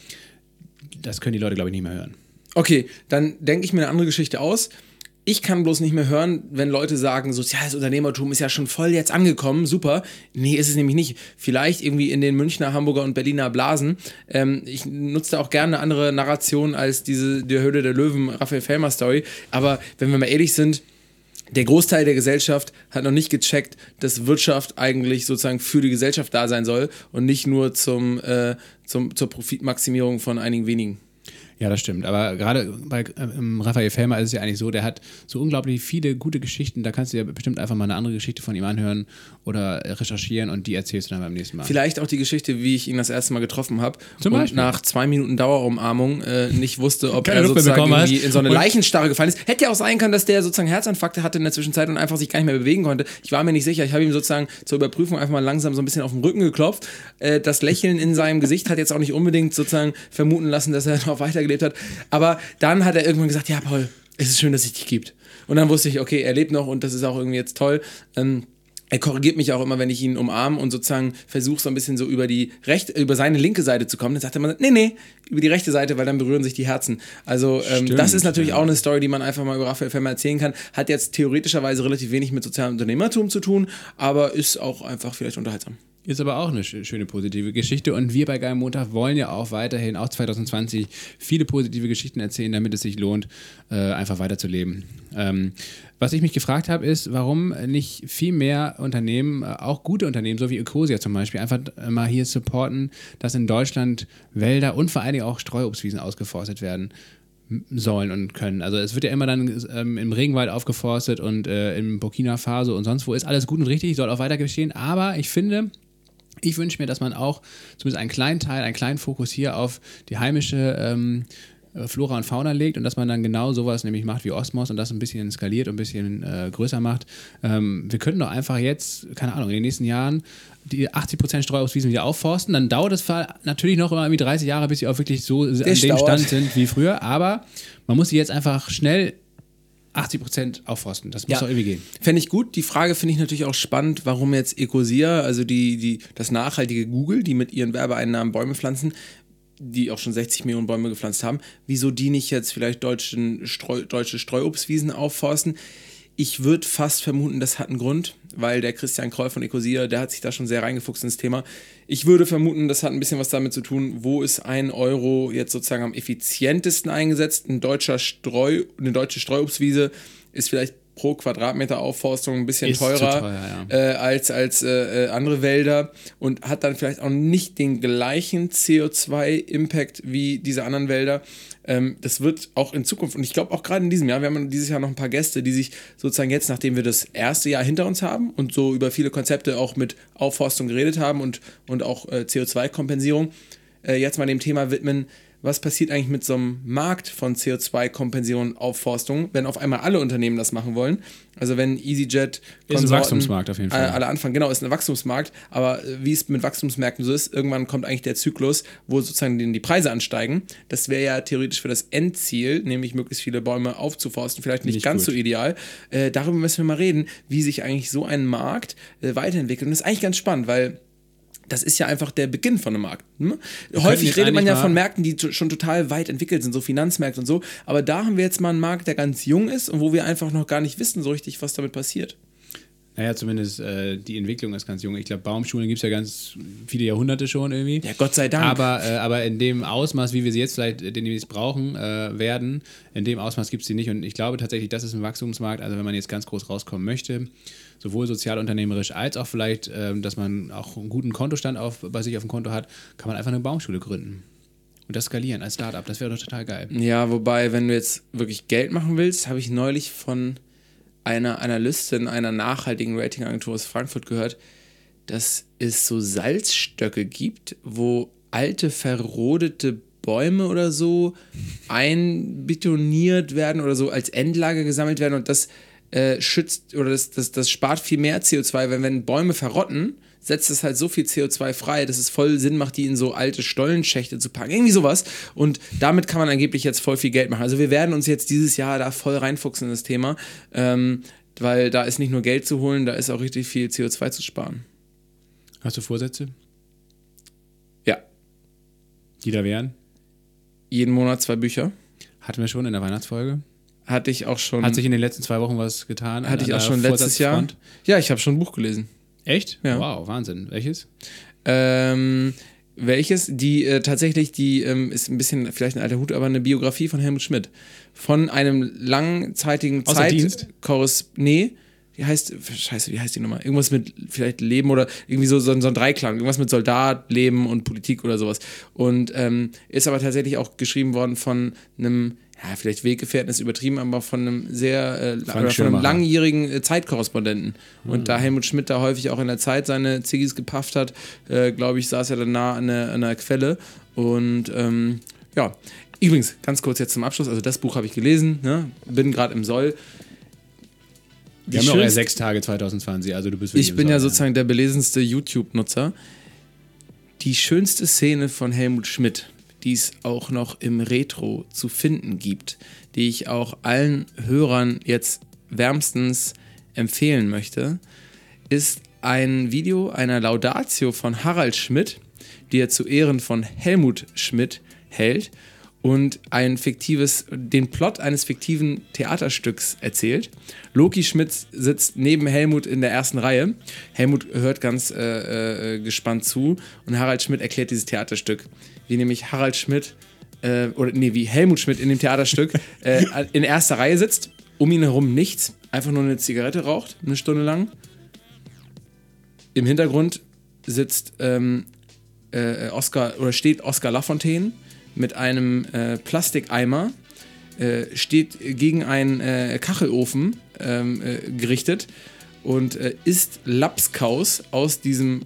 das können die Leute, glaube ich, nicht mehr hören. Okay, dann denke ich mir eine andere Geschichte aus. Ich kann bloß nicht mehr hören, wenn Leute sagen, soziales Unternehmertum ist ja schon voll jetzt angekommen, super. Nee, ist es nämlich nicht. Vielleicht irgendwie in den Münchner, Hamburger und Berliner Blasen. Ich nutze da auch gerne eine andere Narration als die Höhle der Löwen, Raphael Fellmer Story. Aber wenn wir mal ehrlich sind, der Großteil der Gesellschaft hat noch nicht gecheckt, dass Wirtschaft eigentlich sozusagen für die Gesellschaft da sein soll und nicht nur zur Profitmaximierung von einigen wenigen. Ja, das stimmt. Aber gerade bei Raphael Fellmer ist es ja eigentlich so, der hat so unglaublich viele gute Geschichten. Da kannst du ja bestimmt einfach mal eine andere Geschichte von ihm anhören oder recherchieren und die erzählst du dann beim nächsten Mal. Vielleicht auch die Geschichte, wie ich ihn das erste Mal getroffen habe und nach 2 Minuten Dauerumarmung nicht wusste, ob er sozusagen irgendwie in so eine Leichenstarre gefallen ist. Hätte ja auch sein können, dass der sozusagen Herzinfarkte hatte in der Zwischenzeit und einfach sich gar nicht mehr bewegen konnte. Ich war mir nicht sicher. Ich habe ihm sozusagen zur Überprüfung einfach mal langsam so ein bisschen auf den Rücken geklopft. Das Lächeln in seinem Gesicht hat jetzt auch nicht unbedingt sozusagen vermuten lassen, dass er noch weitergelebt hat. Aber dann hat er irgendwann gesagt, ja Paul, es ist schön, dass es dich gibt. Und dann wusste ich, okay, er lebt noch und das ist auch irgendwie jetzt toll. Er korrigiert mich auch immer, wenn ich ihn umarme und sozusagen versuche so ein bisschen so über seine linke Seite zu kommen. Dann sagt er immer, nee, über die rechte Seite, weil dann berühren sich die Herzen. Also das ist natürlich auch eine Story, die man einfach mal über Raphael Fellmer erzählen kann. Hat jetzt theoretischerweise relativ wenig mit sozialem Unternehmertum zu tun, aber ist auch einfach vielleicht unterhaltsam. Ist aber auch eine schöne positive Geschichte und wir bei Geil Montag wollen ja auch weiterhin, auch 2020, viele positive Geschichten erzählen, damit es sich lohnt, einfach weiterzuleben. Was ich mich gefragt habe, ist, warum nicht viel mehr Unternehmen, auch gute Unternehmen, so wie Ecosia zum Beispiel, einfach mal hier supporten, dass in Deutschland Wälder und vor allen Dingen auch Streuobstwiesen ausgeforstet werden sollen und können. Also es wird ja immer dann im Regenwald aufgeforstet und in Burkina Faso und sonst wo ist alles gut und richtig, soll auch weiter geschehen, aber ich wünsche mir, dass man auch zumindest einen kleinen Fokus hier auf die heimische Flora und Fauna legt und dass man dann genau sowas nämlich macht wie Osmos und das ein bisschen skaliert und ein bisschen größer macht. Wir könnten doch einfach jetzt, keine Ahnung, in den nächsten Jahren die 80% Streuobstwiesen wieder aufforsten. Dann dauert es natürlich noch irgendwie 30 Jahre, bis sie auch wirklich so an dem Stand sind wie früher. Aber man muss sie jetzt einfach schnell 80% aufforsten. Das muss doch irgendwie gehen. Fände ich gut. Die Frage finde ich natürlich auch spannend, warum jetzt Ecosia, also das nachhaltige Google, die mit ihren Werbeeinnahmen Bäume pflanzen, die auch schon 60 Millionen Bäume gepflanzt haben, wieso die nicht jetzt vielleicht deutsche Streuobstwiesen aufforsten. Ich würde fast vermuten, das hat einen Grund, weil der Christian Kroll von Ecosia, der hat sich da schon sehr reingefuchst ins Thema. Ich würde vermuten, das hat ein bisschen was damit zu tun, wo ist 1 Euro jetzt sozusagen am effizientesten eingesetzt. Eine deutsche Streuobstwiese ist vielleicht pro Quadratmeter Aufforstung ein bisschen teurer als andere Wälder und hat dann vielleicht auch nicht den gleichen CO2-Impact wie diese anderen Wälder. Das wird auch in Zukunft, und ich glaube auch gerade in diesem Jahr, wir haben dieses Jahr noch ein paar Gäste, die sich sozusagen jetzt, nachdem wir das erste Jahr hinter uns haben und so über viele Konzepte auch mit Aufforstung geredet haben und auch CO2-Kompensierung, jetzt mal dem Thema widmen, was passiert eigentlich mit so einem Markt von CO2-Kompensierung, Aufforstung, wenn auf einmal alle Unternehmen das machen wollen? Also wenn EasyJet, ist ein Wachstumsmarkt auf jeden Fall. Alle anfangen, genau, ist ein Wachstumsmarkt, aber wie es mit Wachstumsmärkten so ist, irgendwann kommt eigentlich der Zyklus, wo sozusagen die Preise ansteigen. Das wäre ja theoretisch für das Endziel, nämlich möglichst viele Bäume aufzuforsten, vielleicht nicht ganz so ideal. Darüber müssen wir mal reden, wie sich eigentlich so ein Markt weiterentwickelt. Und das ist eigentlich ganz spannend, weil das ist ja einfach der Beginn von einem Markt. Häufig redet man ja von Märkten, die schon total weit entwickelt sind, so Finanzmärkte und so. Aber da haben wir jetzt mal einen Markt, der ganz jung ist und wo wir einfach noch gar nicht wissen so richtig, was damit passiert. Naja, zumindest die Entwicklung ist ganz jung. Ich glaube, Baumschulen gibt es ja ganz viele Jahrhunderte schon irgendwie. Ja, Gott sei Dank. Aber in dem Ausmaß, wie wir sie jetzt vielleicht demnächst brauchen werden, in dem Ausmaß gibt es sie nicht. Und ich glaube tatsächlich, das ist ein Wachstumsmarkt. Also wenn man jetzt ganz groß rauskommen möchte, sowohl sozialunternehmerisch als auch vielleicht, dass man auch einen guten Kontostand bei sich auf dem Konto hat, kann man einfach eine Baumschule gründen. Und das skalieren als Startup. Das wäre doch total geil. Ja, wobei, wenn du jetzt wirklich Geld machen willst, habe ich neulich von einer Analystin einer nachhaltigen Ratingagentur aus Frankfurt gehört, dass es so Salzstöcke gibt, wo alte, verrodete Bäume oder so einbetoniert werden oder so als Endlage gesammelt werden und das schützt oder das spart viel mehr CO2, wenn Bäume verrotten, setzt es halt so viel CO2 frei, dass es voll Sinn macht, die in so alte Stollenschächte zu packen. Irgendwie sowas. Und damit kann man angeblich jetzt voll viel Geld machen. Also wir werden uns jetzt dieses Jahr da voll reinfuchsen in das Thema, weil da ist nicht nur Geld zu holen, da ist auch richtig viel CO2 zu sparen. Hast du Vorsätze? Ja. Die da wären? Jeden Monat 2 Bücher. Hatten wir schon in der Weihnachtsfolge. Hatte ich auch schon. Hat sich in den letzten 2 Wochen was getan? Hatte ich auch schon letztes Jahr. Ja, ich habe schon ein Buch gelesen. Echt? Ja. Wow, Wahnsinn. Welches? Welches? Die tatsächlich, ist ein bisschen vielleicht ein alter Hut, aber eine Biografie von Helmut Schmidt. Von einem langzeitigen Nee, wie heißt die nochmal? Irgendwas mit vielleicht Leben oder irgendwie so ein Dreiklang. Irgendwas mit Soldat, Leben und Politik oder sowas. Und ist aber tatsächlich auch geschrieben worden von einem, ja, vielleicht Weggefährten ist übertrieben, aber von einem von einem langjährigen Zeitkorrespondenten. Und da Helmut Schmidt da häufig auch in der Zeit seine Ziggis gepafft hat, glaube ich, saß er dann nah an einer Quelle. Und ja, übrigens, ganz kurz jetzt zum Abschluss, also das Buch habe ich gelesen, ne? Bin gerade im Soll. Wir haben noch ja 6 Tage 2020, also du bist wirklich Ich bin ja sozusagen der belesenste YouTube-Nutzer. Die schönste Szene von Helmut Schmidt, die es auch noch im Retro zu finden gibt, die ich auch allen Hörern jetzt wärmstens empfehlen möchte, ist ein Video einer Laudatio von Harald Schmidt, die er zu Ehren von Helmut Schmidt hält und den Plot eines fiktiven Theaterstücks erzählt. Loki Schmidt sitzt neben Helmut in der ersten Reihe. Helmut hört ganz gespannt zu und Harald Schmidt erklärt dieses Theaterstück. Wie nämlich wie Helmut Schmidt in dem Theaterstück in erster Reihe sitzt, um ihn herum nichts, einfach nur eine Zigarette raucht, eine Stunde lang. Im Hintergrund sitzt steht Oskar Lafontaine mit einem Plastikeimer, steht gegen einen Kachelofen gerichtet und isst Lapskaus aus diesem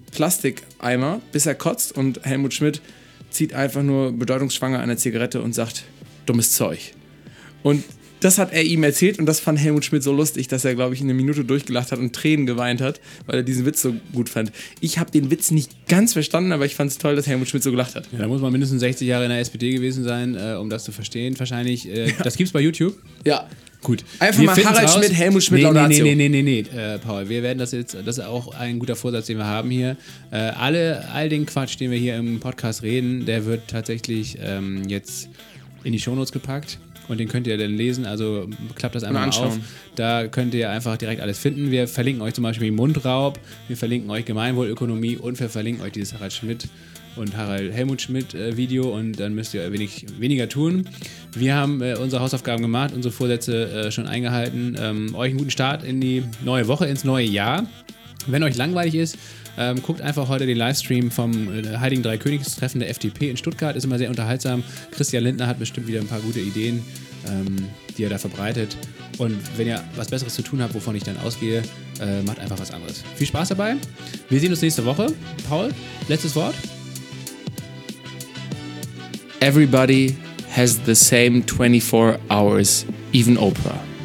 Plastikeimer, bis er kotzt und Helmut Schmidt zieht einfach nur bedeutungsschwanger eine Zigarette und sagt, dummes Zeug. Und das hat er ihm erzählt und das fand Helmut Schmidt so lustig, dass er, glaube ich, in 1 Minute durchgelacht hat und Tränen geweint hat, weil er diesen Witz so gut fand. Ich habe den Witz nicht ganz verstanden, aber ich fand es toll, dass Helmut Schmidt so gelacht hat. Ja, da muss man mindestens 60 Jahre in der SPD gewesen sein, um das zu verstehen. Wahrscheinlich, das gibt's bei YouTube. Ja. Gut. Einfach mal Harald Schmidt, Helmut Schmidt, Laudatio. Nee, Paul, wir werden das jetzt, das ist auch ein guter Vorsatz, den wir haben hier. All den Quatsch, den wir hier im Podcast reden, der wird tatsächlich jetzt in die Shownotes gepackt. Und den könnt ihr dann lesen, also klappt das einmal auf. Da könnt ihr einfach direkt alles finden. Wir verlinken euch zum Beispiel Mundraub, wir verlinken euch Gemeinwohlökonomie und wir verlinken euch dieses Harald Schmidt und Helmut Schmidt Video und dann müsst ihr weniger tun. Wir haben unsere Hausaufgaben gemacht, unsere Vorsätze schon eingehalten. Euch einen guten Start in die neue Woche, ins neue Jahr. Wenn euch langweilig ist, guckt einfach heute den Livestream vom Heiligen Dreikönigstreffen der FDP in Stuttgart. Ist immer sehr unterhaltsam. Christian Lindner hat bestimmt wieder ein paar gute Ideen, die er da verbreitet. Und wenn ihr was Besseres zu tun habt, wovon ich dann ausgehe, macht einfach was anderes. Viel Spaß dabei. Wir sehen uns nächste Woche. Paul, letztes Wort? Everybody has the same 24 hours, even Oprah.